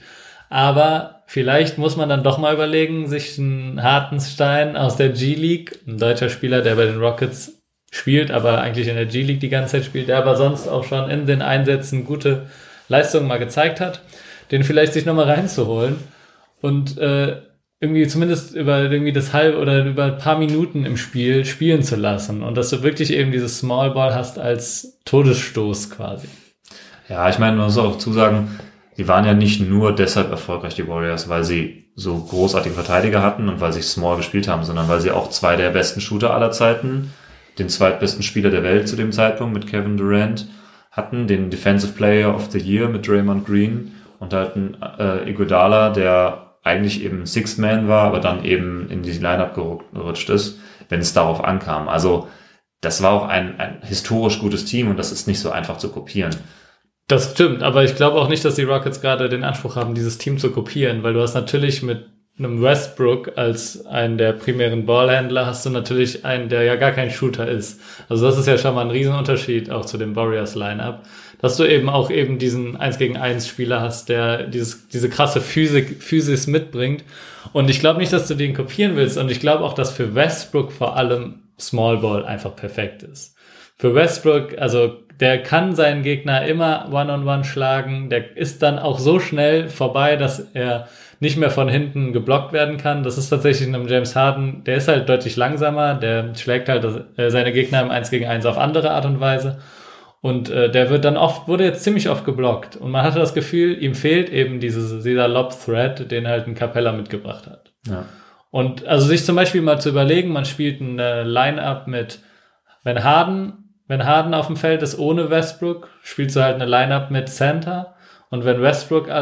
aber vielleicht muss man dann doch mal überlegen, sich einen Hartenstein aus der G-League, ein deutscher Spieler, der bei den Rockets spielt, aber eigentlich in der G-League die ganze Zeit spielt, der aber sonst auch schon in den Einsätzen gute Leistungen mal gezeigt hat, den vielleicht sich nochmal reinzuholen und äh, irgendwie zumindest über irgendwie das halb oder über ein paar Minuten im Spiel spielen zu lassen und dass du wirklich eben dieses Small Ball hast als Todesstoß quasi. Ja, ich meine, man muss auch zusagen, die waren ja nicht nur deshalb erfolgreich, die Warriors, weil sie so großartige Verteidiger hatten und weil sie Small gespielt haben, sondern weil sie auch zwei der besten Shooter aller Zeiten, den zweitbesten Spieler der Welt zu dem Zeitpunkt mit Kevin Durant hatten, den Defensive Player of the Year mit Draymond Green und halt einen äh, Iguodala, der eigentlich eben Sixth Man war, aber dann eben in die Lineup gerutscht ist, wenn es darauf ankam. Also das war auch ein, ein historisch gutes Team und das ist nicht so einfach zu kopieren. Das stimmt, aber ich glaube auch nicht, dass die Rockets gerade den Anspruch haben, dieses Team zu kopieren, weil du hast natürlich mit einem Westbrook als einen der primären Ballhändler hast du natürlich einen, der ja gar kein Shooter ist. Also das ist ja schon mal ein Riesenunterschied auch zu dem Warriors Lineup, dass du eben auch eben diesen eins gegen eins Spieler hast, der dieses diese krasse Physik, Physis mitbringt. Und ich glaube nicht, dass du den kopieren willst. Und ich glaube auch, dass für Westbrook vor allem Small Ball einfach perfekt ist. Für Westbrook, also der kann seinen Gegner immer One-on-One schlagen. Der ist dann auch so schnell vorbei, dass er nicht mehr von hinten geblockt werden kann. Das ist tatsächlich in einem James Harden, der ist halt deutlich langsamer, der schlägt halt das, äh, seine Gegner im eins gegen eins auf andere Art und Weise. Und äh, der wird dann oft, wurde jetzt ziemlich oft geblockt. Und man hatte das Gefühl, ihm fehlt eben dieses, dieser Lob-Thread, den halt ein Capella mitgebracht hat. Ja. Und also sich zum Beispiel mal zu überlegen, man spielt eine Line-Up mit, wenn Harden Wenn Harden auf dem Feld ist ohne Westbrook, spielst du halt eine Line-Up mit Center. Und wenn Westbrook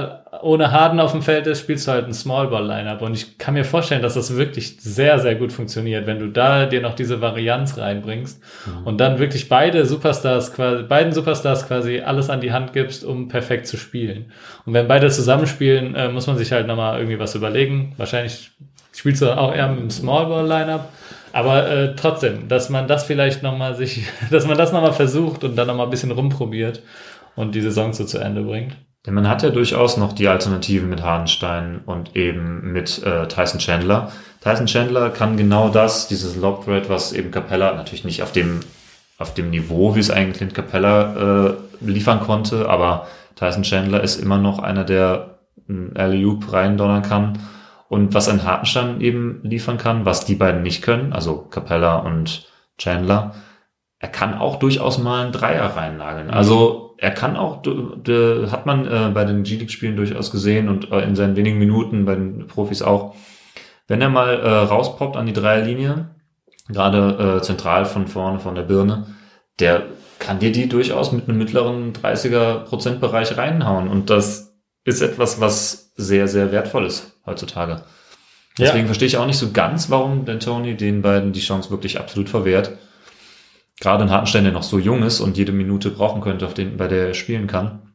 ohne Harden auf dem Feld ist, spielst du halt ein Small-Ball-Lineup. Und ich kann mir vorstellen, dass das wirklich sehr, sehr gut funktioniert, wenn du da dir noch diese Varianz reinbringst mhm. und dann wirklich beide Superstars quasi, beiden Superstars quasi alles an die Hand gibst, um perfekt zu spielen. Und wenn beide zusammenspielen, äh, muss man sich halt nochmal irgendwie was überlegen. Wahrscheinlich spielst du dann auch eher mit dem Small-Ball-Lineup. Aber äh, trotzdem, dass man das vielleicht nochmal sich, dass man das nochmal versucht und dann nochmal ein bisschen rumprobiert und die Saison so zu Ende bringt. Denn man hat ja durchaus noch die Alternativen mit Hardenstein und eben mit äh, Tyson Chandler. Tyson Chandler kann genau das, dieses Lob-Thread, was eben Capella, natürlich nicht auf dem auf dem Niveau, wie es eigentlich Clint Capella äh, liefern konnte, aber Tyson Chandler ist immer noch einer, der einen Alley-Oop reindonnern kann. Und was ein Hartenstein eben liefern kann, was die beiden nicht können, also Capella und Chandler, er kann auch durchaus mal einen Dreier reinnageln. Mhm. Also er kann auch, de, hat man äh, bei den G-League-Spielen durchaus gesehen und äh, in seinen wenigen Minuten bei den Profis auch, wenn er mal äh, rauspoppt an die Dreierlinie, gerade äh, zentral von vorne, von der Birne, der kann dir die durchaus mit einem mittleren dreißiger Prozent-Bereich reinhauen. Und das ist etwas, was sehr, sehr wertvoll ist heutzutage. Deswegen ja. verstehe ich auch nicht so ganz, warum D'Antoni den beiden die Chance wirklich absolut verwehrt. Gerade ein Hartenstein, der noch so jung ist und jede Minute brauchen könnte, auf den, bei der er spielen kann.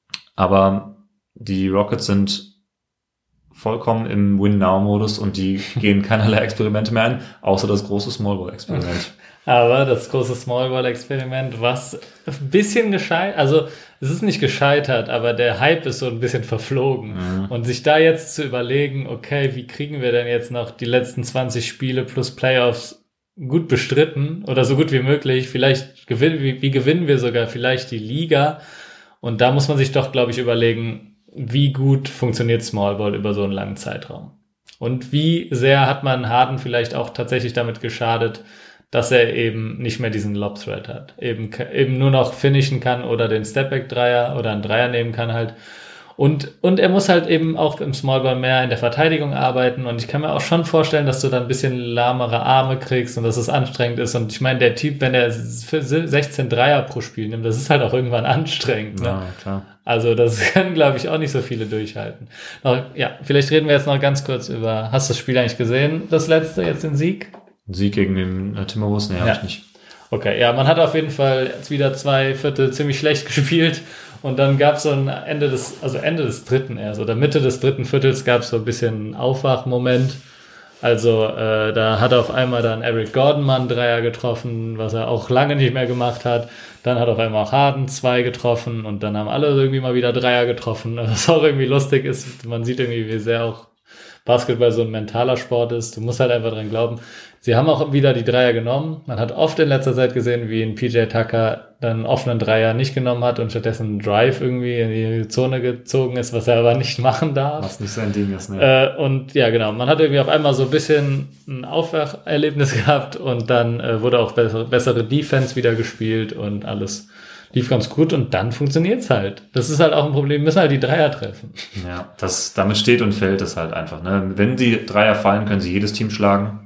Aber die Rockets sind vollkommen im Win-Now-Modus und die gehen keinerlei Experimente mehr ein, außer das große Small-Ball-Experiment. Aber das große Small-Ball-Experiment, was ein bisschen gescheitert, also es ist nicht gescheitert, aber der Hype ist so ein bisschen verflogen. Mhm. Und sich da jetzt zu überlegen, okay, wie kriegen wir denn jetzt noch die letzten zwanzig Spiele plus Playoffs gut bestritten oder so gut wie möglich, vielleicht gewinnen, wie, wie gewinnen wir sogar vielleicht die Liga, und da muss man sich doch, glaube ich, überlegen, wie gut funktioniert Smallball über so einen langen Zeitraum und wie sehr hat man Harden vielleicht auch tatsächlich damit geschadet, dass er eben nicht mehr diesen Lob-Thread hat, eben eben nur noch finishen kann oder den Stepback-Dreier oder einen Dreier nehmen kann halt. Und, und er muss halt eben auch im Smallball mehr in der Verteidigung arbeiten. Und ich kann mir auch schon vorstellen, dass du da ein bisschen lahmere Arme kriegst und dass es anstrengend ist. Und ich meine, der Typ, wenn er sechzehn Dreier pro Spiel nimmt, das ist halt auch irgendwann anstrengend. Ne? Ja, klar. Also das können, glaube ich, auch nicht so viele durchhalten. Noch, ja, vielleicht reden wir jetzt noch ganz kurz über, hast du das Spiel eigentlich gesehen, das letzte, jetzt den Sieg? Sieg gegen den äh, Timberwolves? Nee, ja. hab ich nicht. Okay, ja, man hat auf jeden Fall jetzt wieder zwei Viertel ziemlich schlecht gespielt. Und dann gab es so ein Ende des, also Ende des dritten erst oder Mitte des dritten Viertels gab es so ein bisschen Aufwachmoment. Also äh, da hat auf einmal dann Eric Gordon mal einen Dreier getroffen, was er auch lange nicht mehr gemacht hat. Dann hat auf einmal auch Harden zwei getroffen und dann haben alle irgendwie mal wieder Dreier getroffen. Was auch irgendwie lustig ist, man sieht irgendwie, wie sehr auch Basketball so ein mentaler Sport ist. Du musst halt einfach dran glauben. Sie haben auch wieder die Dreier genommen. Man hat oft in letzter Zeit gesehen, wie ein P J Tucker dann einen offenen Dreier nicht genommen hat und stattdessen einen Drive irgendwie in die Zone gezogen ist, was er aber nicht machen darf. Was nicht sein Ding ist, ne? Äh, und ja, genau. Man hat irgendwie auf einmal so ein bisschen ein Aufwacherlebnis gehabt und dann äh, wurde auch bessere, bessere Defense wieder gespielt und alles lief ganz gut und dann funktioniert's halt. Das ist halt auch ein Problem. Wir müssen halt die Dreier treffen. Ja, das, damit steht und fällt es halt einfach, ne? Wenn die Dreier fallen, können sie jedes Team schlagen.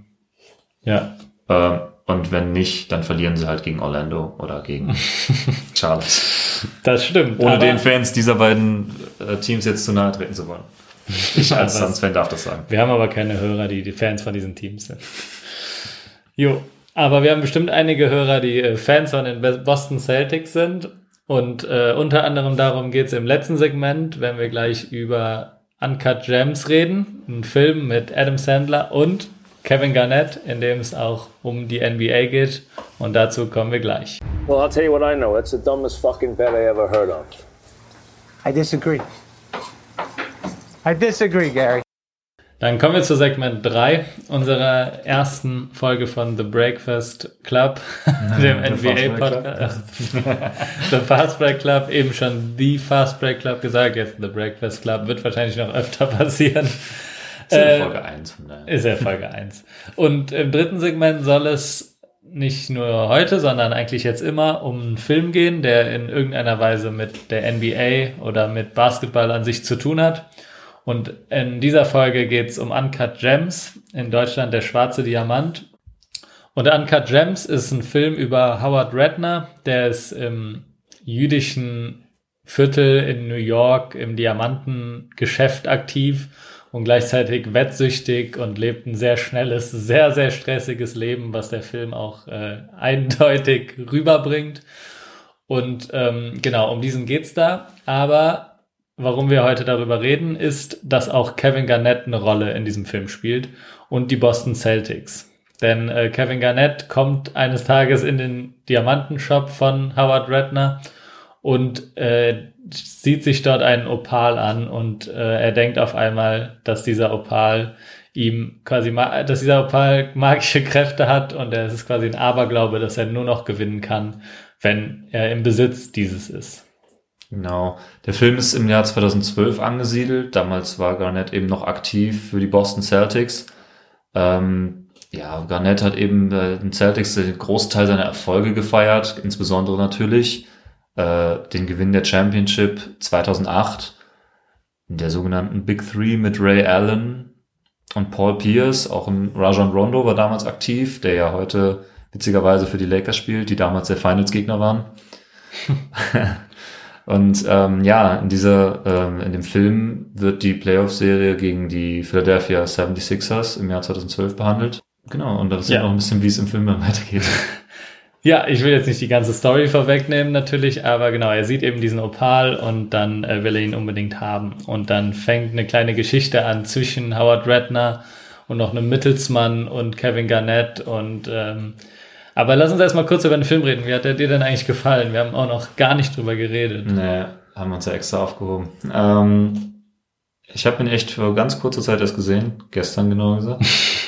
Ja. Äh, und wenn nicht, dann verlieren sie halt gegen Orlando oder gegen Charlotte. Das stimmt. Ohne den Fans dieser beiden äh, Teams jetzt zu nahe treten zu wollen. Ich als Suns-Fan darf das sagen. Wir haben aber keine Hörer, die die Fans von diesen Teams sind. Jo, aber wir haben bestimmt einige Hörer, die äh, Fans von den Boston Celtics sind. Und äh, unter anderem darum geht es im letzten Segment, wenn wir gleich über Uncut Gems reden. Ein Film mit Adam Sandler und Kevin Garnett, in dem es auch um die N B A geht. Und dazu kommen wir gleich. Well, I'll tell you what I know. It's the dumbest fucking bet I ever heard of. I disagree. I disagree, Gary. Dann kommen wir zu Segment drei unserer ersten Folge von The Breakfast Club, dem N B A-Podcast. The Fast Break Club, eben schon The Fast Break Club gesagt, jetzt The Breakfast Club, wird wahrscheinlich noch öfter passieren. Ist ja Folge eins von daher. Ist ja Folge eins. Und im dritten Segment soll es nicht nur heute, sondern eigentlich jetzt immer um einen Film gehen, der in irgendeiner Weise mit der N B A oder mit Basketball an sich zu tun hat. Und in dieser Folge geht es um Uncut Gems, in Deutschland der schwarze Diamant. Und Uncut Gems ist ein Film über Howard Ratner, der ist im jüdischen Viertel in New York im Diamantengeschäft aktiv und gleichzeitig wettsüchtig und lebt ein sehr schnelles, sehr, sehr stressiges Leben, was der Film auch äh, eindeutig rüberbringt. Und ähm, genau, um diesen geht's da. Aber warum wir heute darüber reden, ist, dass auch Kevin Garnett eine Rolle in diesem Film spielt und die Boston Celtics. Denn äh, Kevin Garnett kommt eines Tages in den Diamantenshop von Howard Ratner und äh, sieht sich dort einen Opal an und äh, er denkt auf einmal, dass dieser Opal ihm quasi, ma- dass dieser Opal magische Kräfte hat und es ist quasi ein Aberglaube, dass er nur noch gewinnen kann, wenn er im Besitz dieses ist. Genau. Der Film ist im Jahr zweitausendzwölf angesiedelt. Damals war Garnett eben noch aktiv für die Boston Celtics. Ähm, ja, Garnett hat eben bei den Celtics den Großteil seiner Erfolge gefeiert, insbesondere natürlich äh, den Gewinn der Championship zweitausendacht, in der sogenannten Big Three mit Ray Allen und Paul Pierce. Auch ein Rajon Rondo war damals aktiv, der ja heute witzigerweise für die Lakers spielt, die damals der Finals-Gegner waren. Und ähm, ja, in dieser ähm, in dem Film wird die Playoff-Serie gegen die Philadelphia seventy-sixers im Jahr zweitausendzwölf behandelt. Genau, und das ist ja noch ein bisschen, wie es im Film dann weitergeht. Ja, ich will jetzt nicht die ganze Story vorwegnehmen natürlich, aber genau, er sieht eben diesen Opal und dann äh, will er ihn unbedingt haben. Und dann fängt eine kleine Geschichte an zwischen Howard Ratner und noch einem Mittelsmann und Kevin Garnett und ähm, aber lass uns erstmal kurz über den Film reden. Wie hat der dir denn eigentlich gefallen? Wir haben auch noch gar nicht drüber geredet. Nee, haben wir uns ja extra aufgehoben. Ähm, ich habe ihn echt für ganz kurze Zeit erst gesehen. Gestern genau gesagt.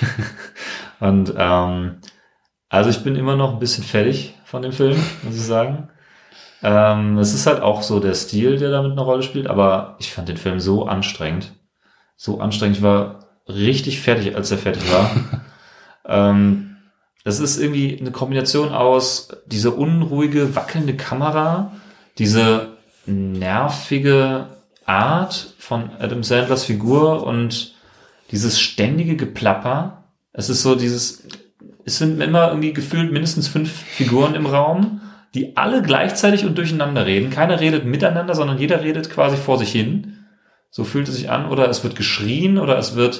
Und ähm, also ich bin immer noch ein bisschen fertig von dem Film, muss ich sagen. Ähm, es ist halt auch so der Stil, der damit eine Rolle spielt. Aber ich fand den Film so anstrengend. So anstrengend. Ich war richtig fertig, als er fertig war. ähm, Das ist irgendwie eine Kombination aus diese unruhige, wackelnde Kamera, diese nervige Art von Adam Sandlers Figur und dieses ständige Geplapper. Es ist so dieses, es sind immer irgendwie gefühlt mindestens fünf Figuren im Raum, die alle gleichzeitig und durcheinander reden. Keiner redet miteinander, sondern jeder redet quasi vor sich hin. So fühlt es sich an. Oder es wird geschrien oder es wird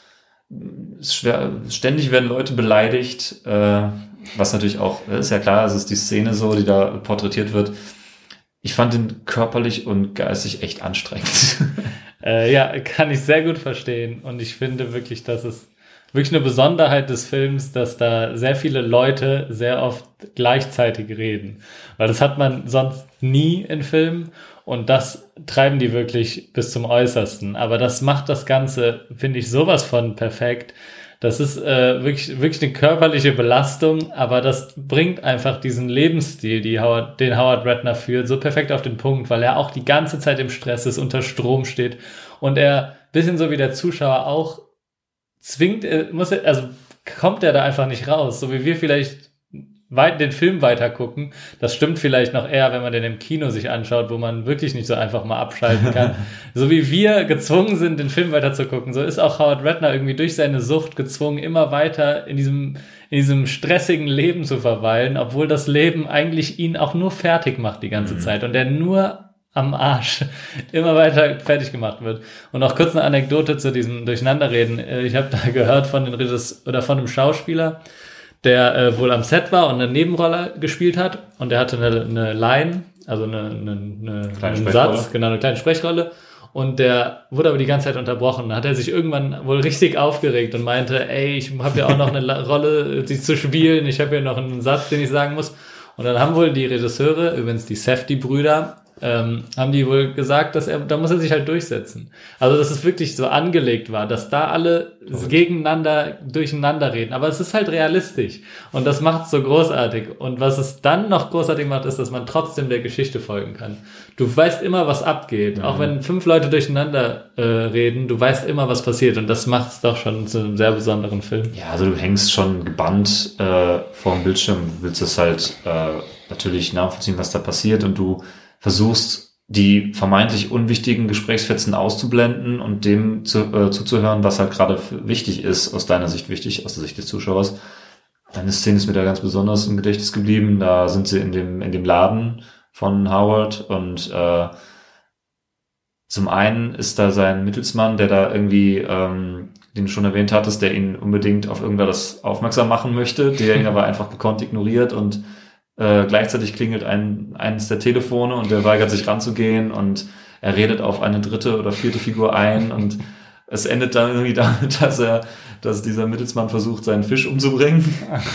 Schwer, ständig werden Leute beleidigt, äh, was natürlich auch, ist ja klar, es ist die Szene so, die da porträtiert wird. Ich fand ihn körperlich und geistig echt anstrengend. Äh, ja, kann ich sehr gut verstehen und ich finde wirklich, dass es wirklich eine Besonderheit des Films, dass da sehr viele Leute sehr oft gleichzeitig reden, weil das hat man sonst nie in Filmen. Und das treiben die wirklich bis zum Äußersten. Aber das macht das Ganze, finde ich, sowas von perfekt. Das ist äh, wirklich wirklich eine körperliche Belastung, aber das bringt einfach diesen Lebensstil, die Howard, den Howard Ratner führt, so perfekt auf den Punkt, weil er auch die ganze Zeit im Stress ist, unter Strom steht und er, bisschen so wie der Zuschauer auch, zwingt, muss er, also kommt er da einfach nicht raus, so wie wir vielleicht weit den Film weiter gucken. Das stimmt vielleicht noch eher, wenn man den im Kino sich anschaut, wo man wirklich nicht so einfach mal abschalten kann. So wie wir gezwungen sind, den Film weiter zu gucken, so ist auch Howard Ratner irgendwie durch seine Sucht gezwungen, immer weiter in diesem, in diesem stressigen Leben zu verweilen, obwohl das Leben eigentlich ihn auch nur fertig macht die ganze mhm. Zeit und er nur am Arsch immer weiter fertig gemacht wird. Und noch kurz eine Anekdote zu diesem Durcheinanderreden. Ich habe da gehört von den Regisseur oder von einem Schauspieler, der äh, wohl am Set war und eine Nebenrolle gespielt hat und der hatte eine, eine Line, also eine, eine, eine einen Satz, genau, eine kleine Sprechrolle und der wurde aber die ganze Zeit unterbrochen. Da hat er sich irgendwann wohl richtig aufgeregt und meinte, ey, ich habe ja auch noch eine Rolle die zu spielen, ich habe ja noch einen Satz, den ich sagen muss. Und dann haben wohl die Regisseure, übrigens die Safdie-Brüder, ähm, haben die wohl gesagt, dass er, da muss er sich halt durchsetzen. Also, dass es wirklich so angelegt war, dass da alle Verrückt. gegeneinander, durcheinander reden. Aber es ist halt realistisch. Und das macht es so großartig. Und was es dann noch großartig macht, ist, dass man trotzdem der Geschichte folgen kann. Du weißt immer, was abgeht. Mhm. Auch wenn fünf Leute durcheinander äh, reden, du weißt immer, was passiert. Und das macht es doch schon zu einem sehr besonderen Film. Ja, also du hängst schon gebannt äh, vor dem Bildschirm, willst es halt äh, natürlich nachvollziehen, was da passiert. Und du versuchst, die vermeintlich unwichtigen Gesprächsfetzen auszublenden und dem zu, äh, zuzuhören, was halt gerade wichtig ist, aus deiner Sicht wichtig, aus der Sicht des Zuschauers. Eine Szene ist mir da ganz besonders im Gedächtnis geblieben. Da sind sie in dem in dem Laden, von Howard und äh, zum einen ist da sein Mittelsmann, der da irgendwie, ähm, den du schon erwähnt hattest, der ihn unbedingt auf irgendwas aufmerksam machen möchte, der ihn aber einfach gekonnt ignoriert und äh, gleichzeitig klingelt ein, eines der Telefone und der weigert sich ranzugehen und er redet auf eine dritte oder vierte Figur ein und es endet dann irgendwie damit, dass er, dass dieser Mittelsmann versucht, seinen Fisch umzubringen.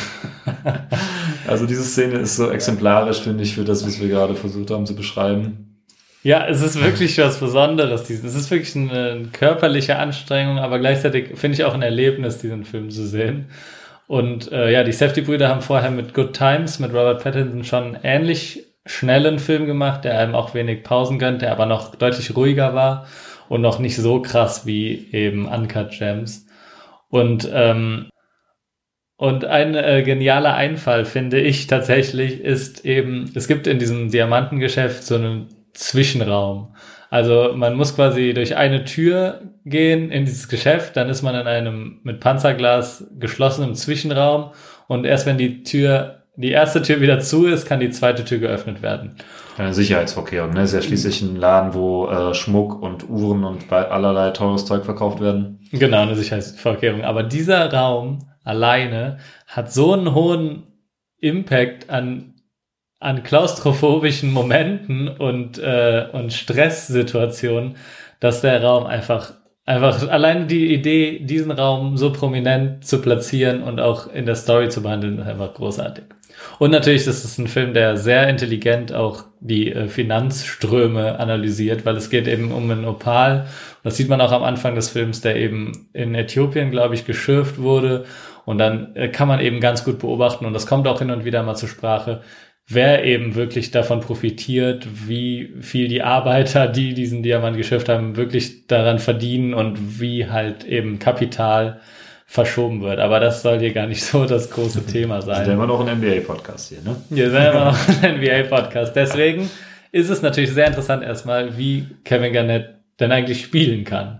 Also diese Szene ist so exemplarisch, finde ich, für das, was wir gerade versucht haben zu beschreiben. Ja, es ist wirklich was Besonderes. Es ist wirklich eine körperliche Anstrengung, aber gleichzeitig finde ich auch ein Erlebnis, diesen Film zu sehen. Und äh, ja, die Safdie-Brüder haben vorher mit Good Times, mit Robert Pattinson schon einen ähnlich schnellen Film gemacht, der einem auch wenig Pausen gönnt, der aber noch deutlich ruhiger war und noch nicht so krass wie eben Uncut Gems. Und ähm, Und ein äh, genialer Einfall, finde ich tatsächlich, ist eben, es gibt in diesem Diamantengeschäft so einen Zwischenraum. Also man muss quasi durch eine Tür gehen in dieses Geschäft, dann ist man in einem mit Panzerglas geschlossenen Zwischenraum und erst wenn die Tür, die erste Tür wieder zu ist, kann die zweite Tür geöffnet werden. Eine Sicherheitsvorkehrung, ne? Ist ja schließlich ein Laden, wo äh, Schmuck und Uhren und allerlei teures Zeug verkauft werden. Genau, eine Sicherheitsvorkehrung. Aber dieser Raum alleine hat so einen hohen Impact an an klaustrophobischen Momenten und äh, und Stresssituationen, dass der Raum einfach einfach alleine die Idee, diesen Raum so prominent zu platzieren und auch in der Story zu behandeln, ist einfach großartig. Und natürlich ist es ein Film, der sehr intelligent auch die äh, Finanzströme analysiert, weil es geht eben um einen Opal. Das sieht man auch am Anfang des Films, der eben in Äthiopien, glaube ich, geschürft wurde. Und dann äh, kann man eben ganz gut beobachten, und das kommt auch hin und wieder mal zur Sprache, wer eben wirklich davon profitiert, wie viel die Arbeiter, die diesen Diamant geschürft haben, wirklich daran verdienen und wie halt eben Kapital verschoben wird. Aber das soll hier gar nicht so das große Thema sein. Wir sind ja immer noch ein N B A-Podcast hier, ne? Wir sind immer noch ein N B A-Podcast. Deswegen ist es natürlich sehr interessant erstmal, wie Kevin Garnett denn eigentlich spielen kann.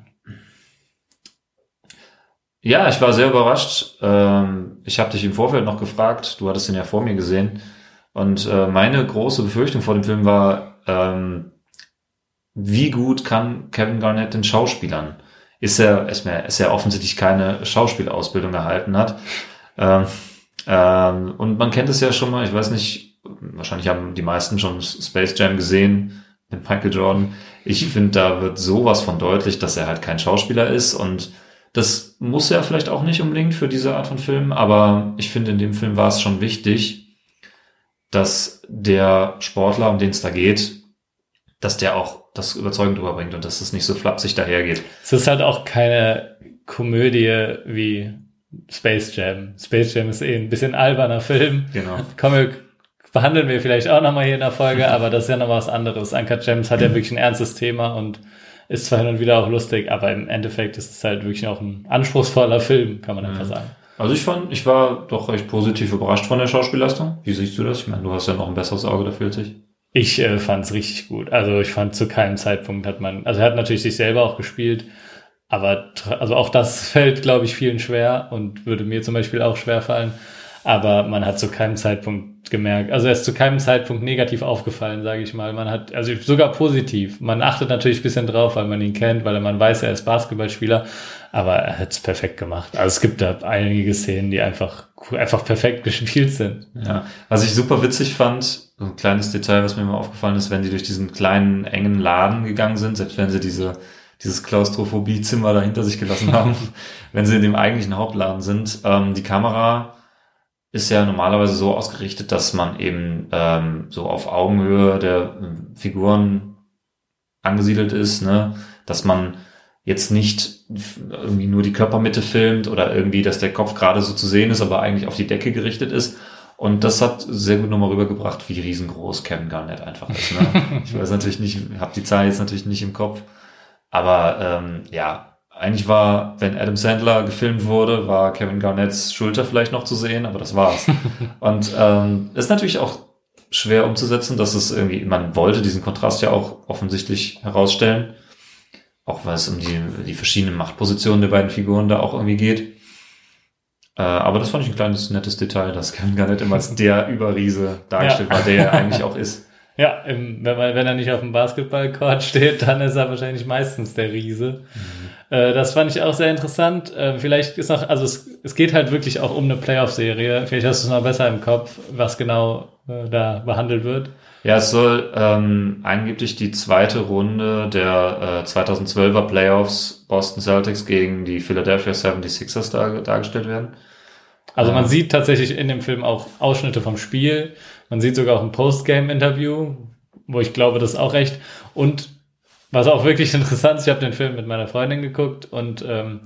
Ja, ich war sehr überrascht. Ähm, ich habe dich im Vorfeld noch gefragt, du hattest ihn ja vor mir gesehen. Und äh, meine große Befürchtung vor dem Film war, ähm, wie gut kann Kevin Garnett den Schauspielern? Ist er, ist er, ist er offensichtlich keine Schauspielausbildung erhalten hat. Ähm, ähm, und man kennt es ja schon mal, ich weiß nicht, wahrscheinlich haben die meisten schon Space Jam gesehen mit Michael Jordan. Ich finde, da wird sowas von deutlich, dass er halt kein Schauspieler ist, und das muss er vielleicht auch nicht unbedingt für diese Art von Film, aber ich finde, in dem Film war es schon wichtig, dass der Sportler, um den es da geht, dass der auch das überzeugend rüberbringt und dass es nicht so flapsig dahergeht. Es ist halt auch keine Komödie wie Space Jam. Space Jam ist eh ein bisschen alberner Film. Genau. Comic behandeln wir vielleicht auch nochmal hier in der Folge, aber das ist ja noch was anderes. Uncut Gems hat ja wirklich ein ernstes Thema und ist zwar hin und wieder auch lustig, aber im Endeffekt ist es halt wirklich auch ein anspruchsvoller Film, kann man einfach Mhm. sagen. Also ich fand, ich war doch recht positiv überrascht von der Schauspielleistung. Wie siehst du das? Ich meine, du hast ja noch ein besseres Auge dafür als ich. Ich äh, fand es richtig gut. Also ich fand, zu keinem Zeitpunkt hat man, also er hat natürlich sich selber auch gespielt, aber tr- also auch das fällt, glaube ich, vielen schwer und würde mir zum Beispiel auch schwer fallen. Aber man hat zu keinem Zeitpunkt gemerkt, also er ist zu keinem Zeitpunkt negativ aufgefallen, sage ich mal. Man hat, also sogar positiv. Man achtet natürlich ein bisschen drauf, weil man ihn kennt, weil man weiß, er ist Basketballspieler, aber er hat es perfekt gemacht. Also es gibt da einige Szenen, die einfach, einfach perfekt gespielt sind. Ja, was ich super witzig fand, so ein kleines Detail, was mir immer aufgefallen ist, wenn die durch diesen kleinen, engen Laden gegangen sind, selbst wenn sie diese dieses Klaustrophobie-Zimmer da hinter sich gelassen haben, wenn sie in dem eigentlichen Hauptladen sind, ähm, die Kamera ist ja normalerweise so ausgerichtet, dass man eben ähm, so auf Augenhöhe der äh, Figuren angesiedelt ist, ne, dass man jetzt nicht irgendwie nur die Körpermitte filmt oder irgendwie, dass der Kopf gerade so zu sehen ist, aber eigentlich auf die Decke gerichtet ist. Und das hat sehr gut nochmal rübergebracht, wie riesengroß Kevin Garnett einfach ist. Ne? Ich weiß natürlich nicht, habe die Zahl jetzt natürlich nicht im Kopf, aber ähm, ja, eigentlich war, wenn Adam Sandler gefilmt wurde, war Kevin Garnetts Schulter vielleicht noch zu sehen, aber das war's. Und ähm, ist natürlich auch schwer umzusetzen, dass es irgendwie, man wollte diesen Kontrast ja auch offensichtlich herausstellen, auch weil es um die, die verschiedenen Machtpositionen der beiden Figuren da auch irgendwie geht. Äh, aber das fand ich ein kleines, nettes Detail, dass Kevin Garnett immer als der Überriese dargestellt Ja. war, der er eigentlich auch ist. Ja, im, wenn, man, wenn er nicht auf dem Basketballcourt steht, dann ist er wahrscheinlich meistens der Riese. Mhm. Äh, das fand ich auch sehr interessant. Äh, vielleicht ist noch, also es, es geht halt wirklich auch um eine Playoff-Serie. Vielleicht hast du es noch besser im Kopf, was genau äh, da behandelt wird. Ja, es soll ähm, angeblich die zweite Runde der äh, zweitausendzwölfer Playoffs Boston Celtics gegen die Philadelphia seventy-sixers dar- dargestellt werden. Also man sieht tatsächlich in dem Film auch Ausschnitte vom Spiel. Man sieht sogar auch ein Postgame-Interview, wo ich glaube, das ist auch recht. Und was auch wirklich interessant ist, ich habe den Film mit meiner Freundin geguckt und ähm,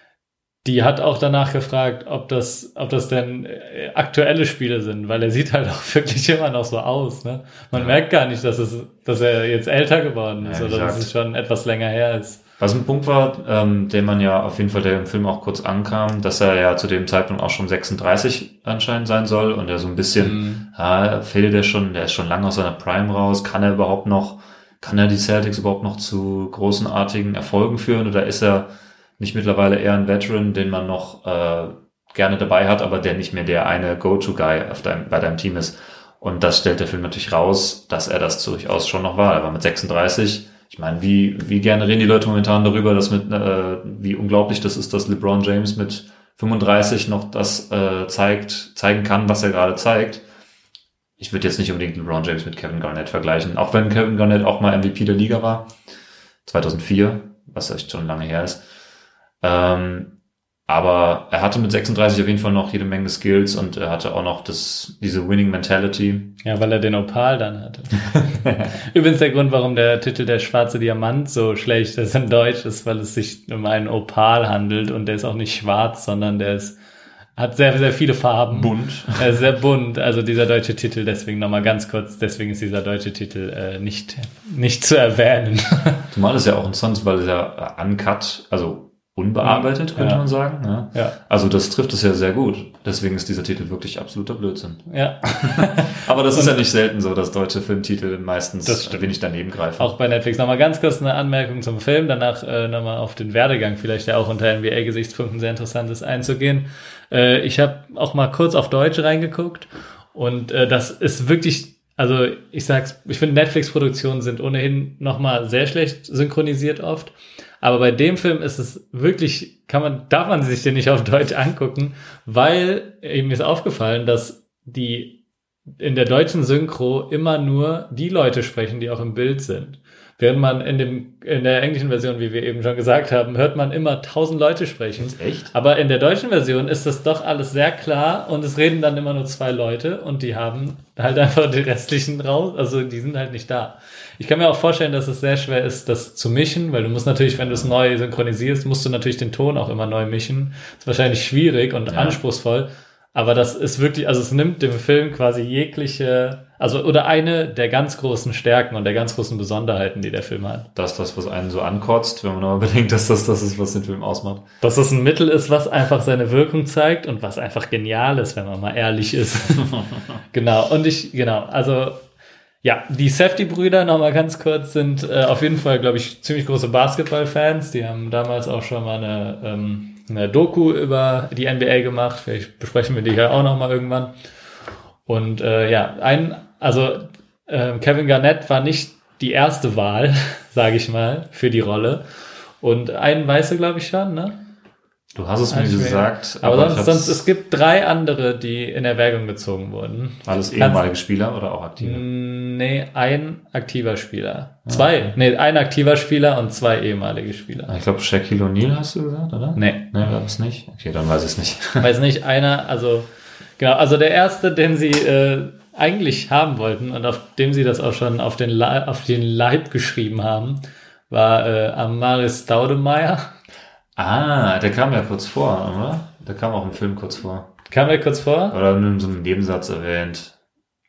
die hat auch danach gefragt, ob das, ob das denn äh, aktuelle Spiele sind, weil er sieht halt auch wirklich immer noch so aus. Ne? Man ja. merkt gar nicht, dass es, dass er jetzt älter geworden ist ja, oder dass es schon etwas länger her ist. Was ein Punkt war, ähm, den man ja auf jeden Fall, der im Film auch kurz ankam, dass er ja zu dem Zeitpunkt auch schon sechsunddreißig anscheinend sein soll und er so ein bisschen, mhm. ah, fehlt er schon, der ist schon lange aus seiner Prime raus, kann er überhaupt noch, kann er die Celtics überhaupt noch zu großenartigen Erfolgen führen oder ist er nicht mittlerweile eher ein Veteran, den man noch äh, gerne dabei hat, aber der nicht mehr der eine Go-To-Guy auf deinem, bei deinem Team ist. Und das stellt der Film natürlich raus, dass er das durchaus schon noch war. Er war mit sechsunddreißig. Ich meine, wie wie gerne reden die Leute momentan darüber, dass mit äh, wie unglaublich das ist, dass LeBron James mit fünfunddreißig noch das äh, zeigt, zeigen kann, was er gerade zeigt. Ich würde jetzt nicht unbedingt LeBron James mit Kevin Garnett vergleichen, auch wenn Kevin Garnett auch mal M V P der Liga war, zweitausendvier, was echt schon lange her ist. Ähm, aber er hatte mit sechsunddreißig auf jeden Fall noch jede Menge Skills und er hatte auch noch das diese Winning Mentality. Ja, weil er den Opal dann hatte. Übrigens der Grund, warum der Titel Der schwarze Diamant so schlecht ist in Deutsch, ist, weil es sich um einen Opal handelt und der ist auch nicht schwarz, sondern der ist hat sehr, sehr viele Farben. Bunt. Er ist sehr bunt, also dieser deutsche Titel, deswegen nochmal ganz kurz, deswegen ist dieser deutsche Titel äh, nicht nicht zu erwähnen. Zumal ist ja auch interessant, weil es ja uncut, also unbearbeitet, könnte ja. man sagen. Ja. Ja. Also das trifft es ja sehr gut. Deswegen ist dieser Titel wirklich absoluter Blödsinn. Ja. Aber das ist ja nicht selten so, dass deutsche Filmtitel meistens ein wenig daneben greifen. Auch bei Netflix. Nochmal ganz kurz eine Anmerkung zum Film, danach äh, nochmal auf den Werdegang, vielleicht der auch unter N B A-Gesichtspunkten sehr interessant ist, einzugehen. Äh, ich habe auch mal kurz auf Deutsch reingeguckt und äh, das ist wirklich... Also ich sag's, ich finde Netflix-Produktionen sind ohnehin nochmal sehr schlecht synchronisiert oft. Aber bei dem Film ist es wirklich, kann man, darf man sich den nicht auf Deutsch angucken, weil eben ist aufgefallen, dass die in der deutschen Synchro immer nur die Leute sprechen, die auch im Bild sind. Während man in dem, in der englischen Version, wie wir eben schon gesagt haben, hört man immer tausend Leute sprechen. Echt? Aber in der deutschen Version ist das doch alles sehr klar und es reden dann immer nur zwei Leute und die haben halt einfach die restlichen raus, also die sind halt nicht da. Ich kann mir auch vorstellen, dass es sehr schwer ist, das zu mischen, weil du musst natürlich, wenn du es neu synchronisierst, musst du natürlich den Ton auch immer neu mischen. Das ist wahrscheinlich schwierig und ja. anspruchsvoll. Aber das ist wirklich, also es nimmt dem Film quasi jegliche, also oder eine der ganz großen Stärken und der ganz großen Besonderheiten, die der Film hat. Das ist das, was einen so ankotzt, wenn man aber bedenkt, dass das das ist, was den Film ausmacht. Dass das ein Mittel ist, was einfach seine Wirkung zeigt und was einfach genial ist, wenn man mal ehrlich ist. Genau, und ich, genau, also ja, die Safdie-Brüder, nochmal ganz kurz, sind äh, auf jeden Fall, glaube ich, ziemlich große Basketball-Fans. Die haben damals auch schon mal eine, ähm, eine Doku über die N B A gemacht. Vielleicht besprechen wir die ja auch nochmal irgendwann. Und äh, ja, ein, also äh, Kevin Garnett war nicht die erste Wahl, sage ich mal, für die Rolle. Und einen weißt du, glaube ich, schon, ne? Du hast es mir gesagt. Aber, aber sonst, sonst, es gibt drei andere, die in Erwägung gezogen wurden. Alles ehemalige Spieler oder auch aktive? Nee, ein aktiver Spieler. Zwei. Okay. Nee, ein aktiver Spieler und zwei ehemalige Spieler. Ich glaube, Shaquille O'Neal hast du gesagt, oder? Nee. Nee, war das nicht? Okay, dann weiß ich es nicht. Weiß nicht, einer, also, genau, also der erste, den sie äh, eigentlich haben wollten und auf dem sie das auch schon auf den, Le- auf den Leib geschrieben haben, war äh, Amar'e Stoudemire. Ah, der kam ja kurz vor, oder? Der kam auch im Film kurz vor. Kam er kurz vor? Oder in so einem Nebensatz erwähnt.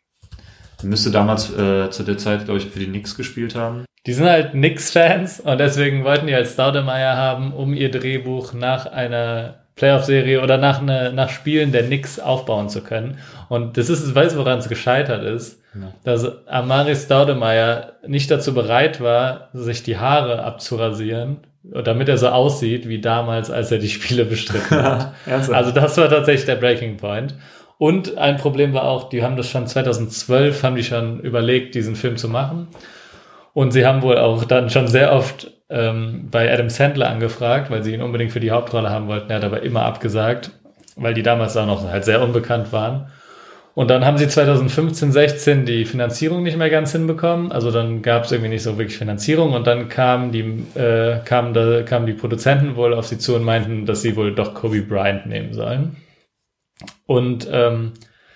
Der müsste damals äh, zu der Zeit, glaube ich, für die Knicks gespielt haben. Die sind halt Knicks-Fans und deswegen wollten die halt Stoudemire haben, um ihr Drehbuch nach einer Playoff-Serie oder nach, eine, nach Spielen der Knicks aufbauen zu können. Und das ist, weißt du, woran es gescheitert ist? Ja. Dass Amar'e Stoudemire nicht dazu bereit war, sich die Haare abzurasieren, damit er so aussieht wie damals, als er die Spiele bestritten hat. Also das war tatsächlich der Breaking Point. Und ein Problem war auch, die haben das schon zweitausendzwölf, haben die schon überlegt, diesen Film zu machen. Und sie haben wohl auch dann schon sehr oft ähm, bei Adam Sandler angefragt, weil sie ihn unbedingt für die Hauptrolle haben wollten. Er hat aber immer abgesagt, weil die damals auch noch halt sehr unbekannt waren. Und dann haben sie zweitausendfünfzehn, sechzehn die Finanzierung nicht mehr ganz hinbekommen. Also dann gab es irgendwie nicht so wirklich Finanzierung. Und dann kamen die, äh, kamen, da, kamen die Produzenten wohl auf sie zu und meinten, dass sie wohl doch Kobe Bryant nehmen sollen. Und ähm,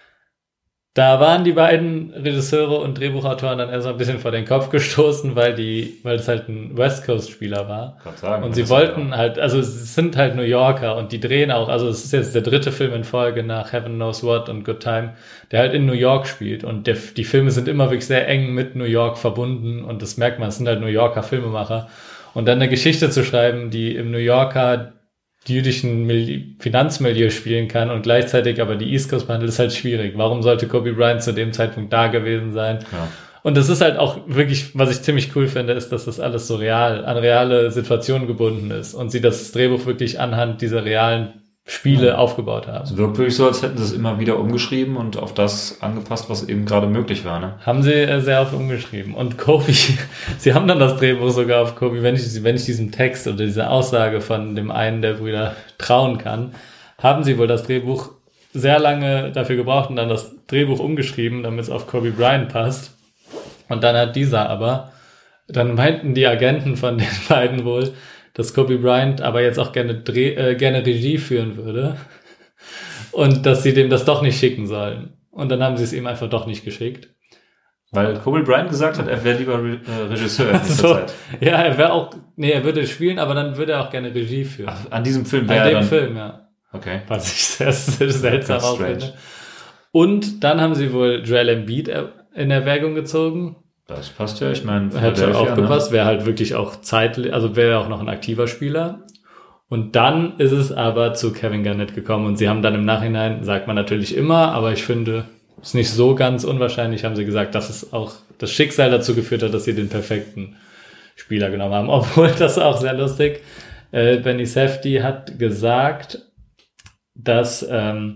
da waren die beiden Regisseure und Drehbuchautoren dann erst mal ein bisschen vor den Kopf gestoßen, weil die, weil es halt ein West Coast Spieler war. Kann sagen, und sie wollten halt, also es sind halt New Yorker und die drehen auch, also es ist jetzt der dritte Film in Folge nach Heaven Knows What und Good Time, der halt in New York spielt und der, die Filme sind immer wirklich sehr eng mit New York verbunden und das merkt man, es sind halt New Yorker Filmemacher. Und dann eine Geschichte zu schreiben, die im New Yorker jüdischen Mil- Finanzmilieu spielen kann und gleichzeitig aber die East Coast behandelt, ist halt schwierig. Warum sollte Kobe Bryant zu dem Zeitpunkt da gewesen sein? Ja. Und das ist halt auch wirklich, was ich ziemlich cool finde, ist, dass das alles so real, an reale Situationen gebunden ist und sie das Drehbuch wirklich anhand dieser realen Spiele ja. aufgebaut haben. Es wirkt wirklich so, als hätten sie es immer wieder umgeschrieben und auf das angepasst, was eben gerade möglich war, ne? Haben sie äh, sehr oft umgeschrieben. Und Kobe, sie haben dann das Drehbuch sogar auf Kobe, wenn ich, wenn ich diesem Text oder dieser Aussage von dem einen der Brüder trauen kann, haben sie wohl das Drehbuch sehr lange dafür gebraucht und dann das Drehbuch umgeschrieben, damit es auf Kobe Bryant passt. Und dann hat dieser aber, dann meinten die Agenten von den beiden wohl, dass Kobe Bryant aber jetzt auch gerne Dreh, äh, gerne Regie führen würde und dass sie dem das doch nicht schicken sollen. Und dann haben sie es ihm einfach doch nicht geschickt. Weil Kobe Bryant gesagt hat, er wäre lieber Re- äh, Regisseur in dieser so, Zeit. Ja, er wäre auch, nee, er würde spielen, aber dann würde er auch gerne Regie führen. Ach, an diesem Film An wäre er dem dann... Film, ja. Okay. Was ich sehr, sehr seltsam Ganz auch strange. finde. Und dann haben sie wohl Joel Embiid in Erwägung gezogen. Das passt ja, ich meine, Hätte auch gepasst, wäre halt wirklich auch zeitlich, also wäre auch noch ein aktiver Spieler. Und dann ist es aber zu Kevin Garnett gekommen und sie haben dann im Nachhinein, sagt man natürlich immer, aber ich finde, es ist nicht so ganz unwahrscheinlich, haben sie gesagt, dass es auch das Schicksal dazu geführt hat, dass sie den perfekten Spieler genommen haben. Obwohl, das ist auch sehr lustig, äh, Benny Safdie hat gesagt, dass ähm,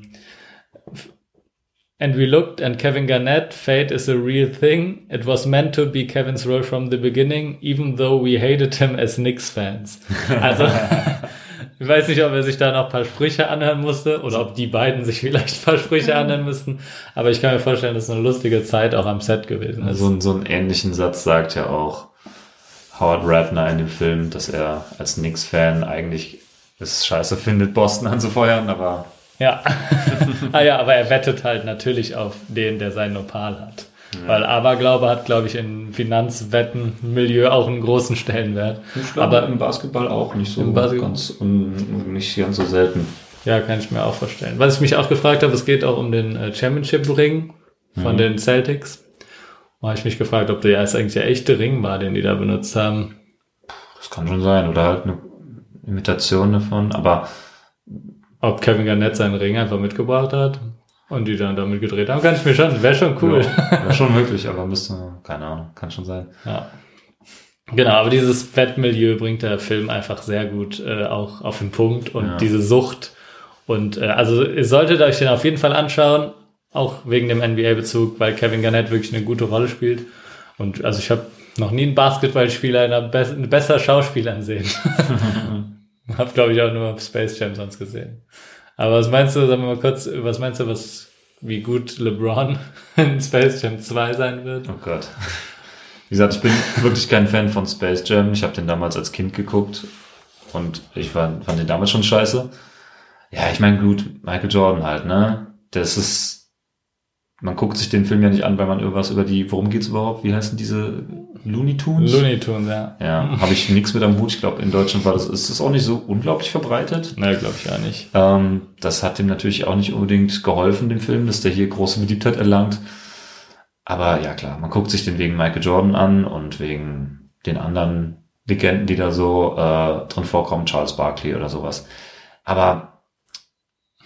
and we looked and Kevin Garnett, fate is a real thing. It was meant to be Kevin's role from the beginning, even though we hated him as Knicks fans. Also, ich weiß nicht, ob er sich da noch ein paar Sprüche anhören musste oder ob die beiden sich vielleicht ein paar Sprüche anhören müssten. Aber ich kann mir vorstellen, dass es eine lustige Zeit auch am Set gewesen ist. So, so einen ähnlichen Satz sagt ja auch Howard Ratner in dem Film, dass er als Knicks-Fan eigentlich es scheiße findet, Boston anzufeuern, aber... Ja, ah ja, aber er wettet halt natürlich auf den, der sein Opal hat. Ja. Weil Aberglaube hat, glaube ich, in Finanzwettenmilieu auch einen großen Stellenwert. Ich glaube, aber im Basketball auch nicht so ganz un, nicht ganz so selten. Ja, kann ich mir auch vorstellen. Was ich mich auch gefragt habe, es geht auch um den Championship-Ring von mhm. den Celtics. Da habe ich mich gefragt, ob der eigentlich der echte Ring war, den die da benutzt haben. Das kann schon sein, oder halt eine Imitation davon, aber ob Kevin Garnett seinen Ring einfach mitgebracht hat und die dann damit gedreht haben, kann ich mir schon, wäre schon cool. Ja, wäre schon möglich, aber müsste, keine Ahnung, kann schon sein. Ja. Genau, aber dieses Wettmilieu bringt der Film einfach sehr gut äh, auch auf den Punkt und ja. diese Sucht und äh, also ihr solltet euch den auf jeden Fall anschauen, auch wegen dem N B A-Bezug, weil Kevin Garnett wirklich eine gute Rolle spielt und also ich habe noch nie einen Basketballspieler in einer be- besser Schauspielern sehen. Hab, glaube ich, auch nur Space Jam sonst gesehen. Aber was meinst du, sagen wir mal kurz, was meinst du, was, wie gut LeBron in Space Jam zwei sein wird? Oh Gott. Wie gesagt, ich bin wirklich kein Fan von Space Jam. Ich habe den damals als Kind geguckt und ich war, fand den damals schon scheiße. Ja, ich meine, gut, Michael Jordan halt, ne? Das ist, man guckt sich den Film ja nicht an, weil man irgendwas über die, worum geht's überhaupt? Wie heißen diese Looney Tunes? Looney Tunes, ja. Ja, habe ich nichts mit am Hut. Ich glaube, in Deutschland war das, ist das auch nicht so unglaublich verbreitet. Naja, glaube ich auch nicht. Ähm, das hat dem natürlich auch nicht unbedingt geholfen, dem Film, dass der hier große Beliebtheit erlangt. Aber ja, klar, man guckt sich den wegen Michael Jordan an und wegen den anderen Legenden, die da so äh, drin vorkommen, Charles Barkley oder sowas. Aber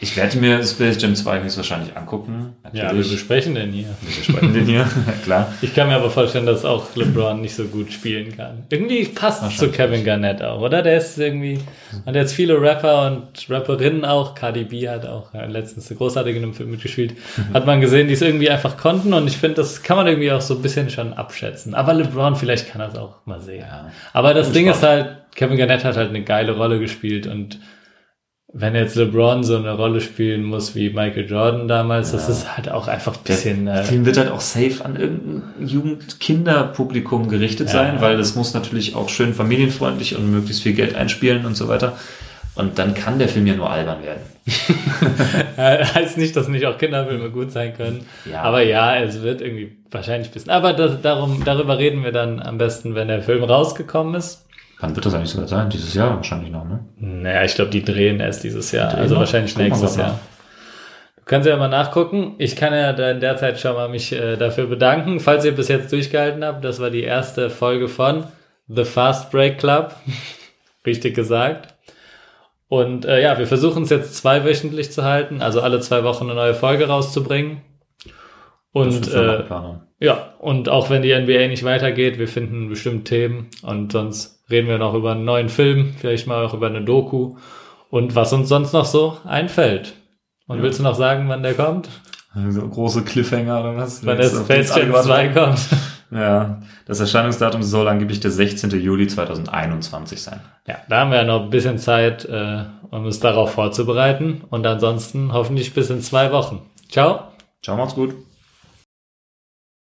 Ich werde mir Space Jam zwei höchstwahrscheinlich angucken. Natürlich. Ja, wir besprechen den hier. Wir besprechen den hier, klar. Ich kann mir aber vorstellen, dass auch LeBron nicht so gut spielen kann. Irgendwie passt es zu Kevin Garnett auch, oder? Der ist irgendwie, und jetzt viele Rapper und Rapperinnen auch, Cardi B hat auch ja, letztens großartig in einem Film mitgespielt, hat man gesehen, die es irgendwie einfach konnten und ich finde, das kann man irgendwie auch so ein bisschen schon abschätzen. Aber LeBron, vielleicht kann er es auch mal sehen. Ja. Aber das Ding ist halt, Kevin Garnett hat halt eine geile Rolle gespielt und wenn jetzt LeBron so eine Rolle spielen muss wie Michael Jordan damals, ja. das ist halt auch einfach ein bisschen... Der Film wird halt auch safe an irgendein Jugend-Kinder-Publikum gerichtet ja. sein, weil das muss natürlich auch schön familienfreundlich und möglichst viel Geld einspielen und so weiter. Und dann kann der Film ja nur albern werden. Heißt nicht, dass nicht auch Kinderfilme gut sein können. Ja. Aber ja, es wird irgendwie wahrscheinlich ein bisschen... Aber das, darum, darüber reden wir dann am besten, wenn der Film rausgekommen ist. Wann wird das eigentlich sogar sein? Dieses Jahr wahrscheinlich noch, ne? Naja, ich glaube, die drehen erst dieses Jahr. Also noch? Wahrscheinlich Guck nächstes Jahr. Du kannst ja mal nachgucken. Ich kann ja in der Zeit schon mal mich äh, dafür bedanken, falls ihr bis jetzt durchgehalten habt. Das war die erste Folge von The Fast Break Club. Richtig gesagt. Und äh, ja, wir versuchen es jetzt zweiwöchentlich zu halten. Also alle zwei Wochen eine neue Folge rauszubringen. Und äh, ja, und auch wenn die N B A nicht weitergeht, wir finden bestimmt Themen und sonst reden wir noch über einen neuen Film, vielleicht mal auch über eine Doku und was uns sonst noch so einfällt. Und ja. willst du noch sagen, wann der kommt? Also große Cliffhanger oder was? Wann der Space Jam zwei kommt. Ja, das Erscheinungsdatum soll angeblich der sechzehnten Juli zweitausendeinundzwanzig sein. Ja, da haben wir ja noch ein bisschen Zeit, äh, um uns darauf vorzubereiten und ansonsten hoffentlich bis in zwei Wochen. Ciao. Ciao, macht's gut.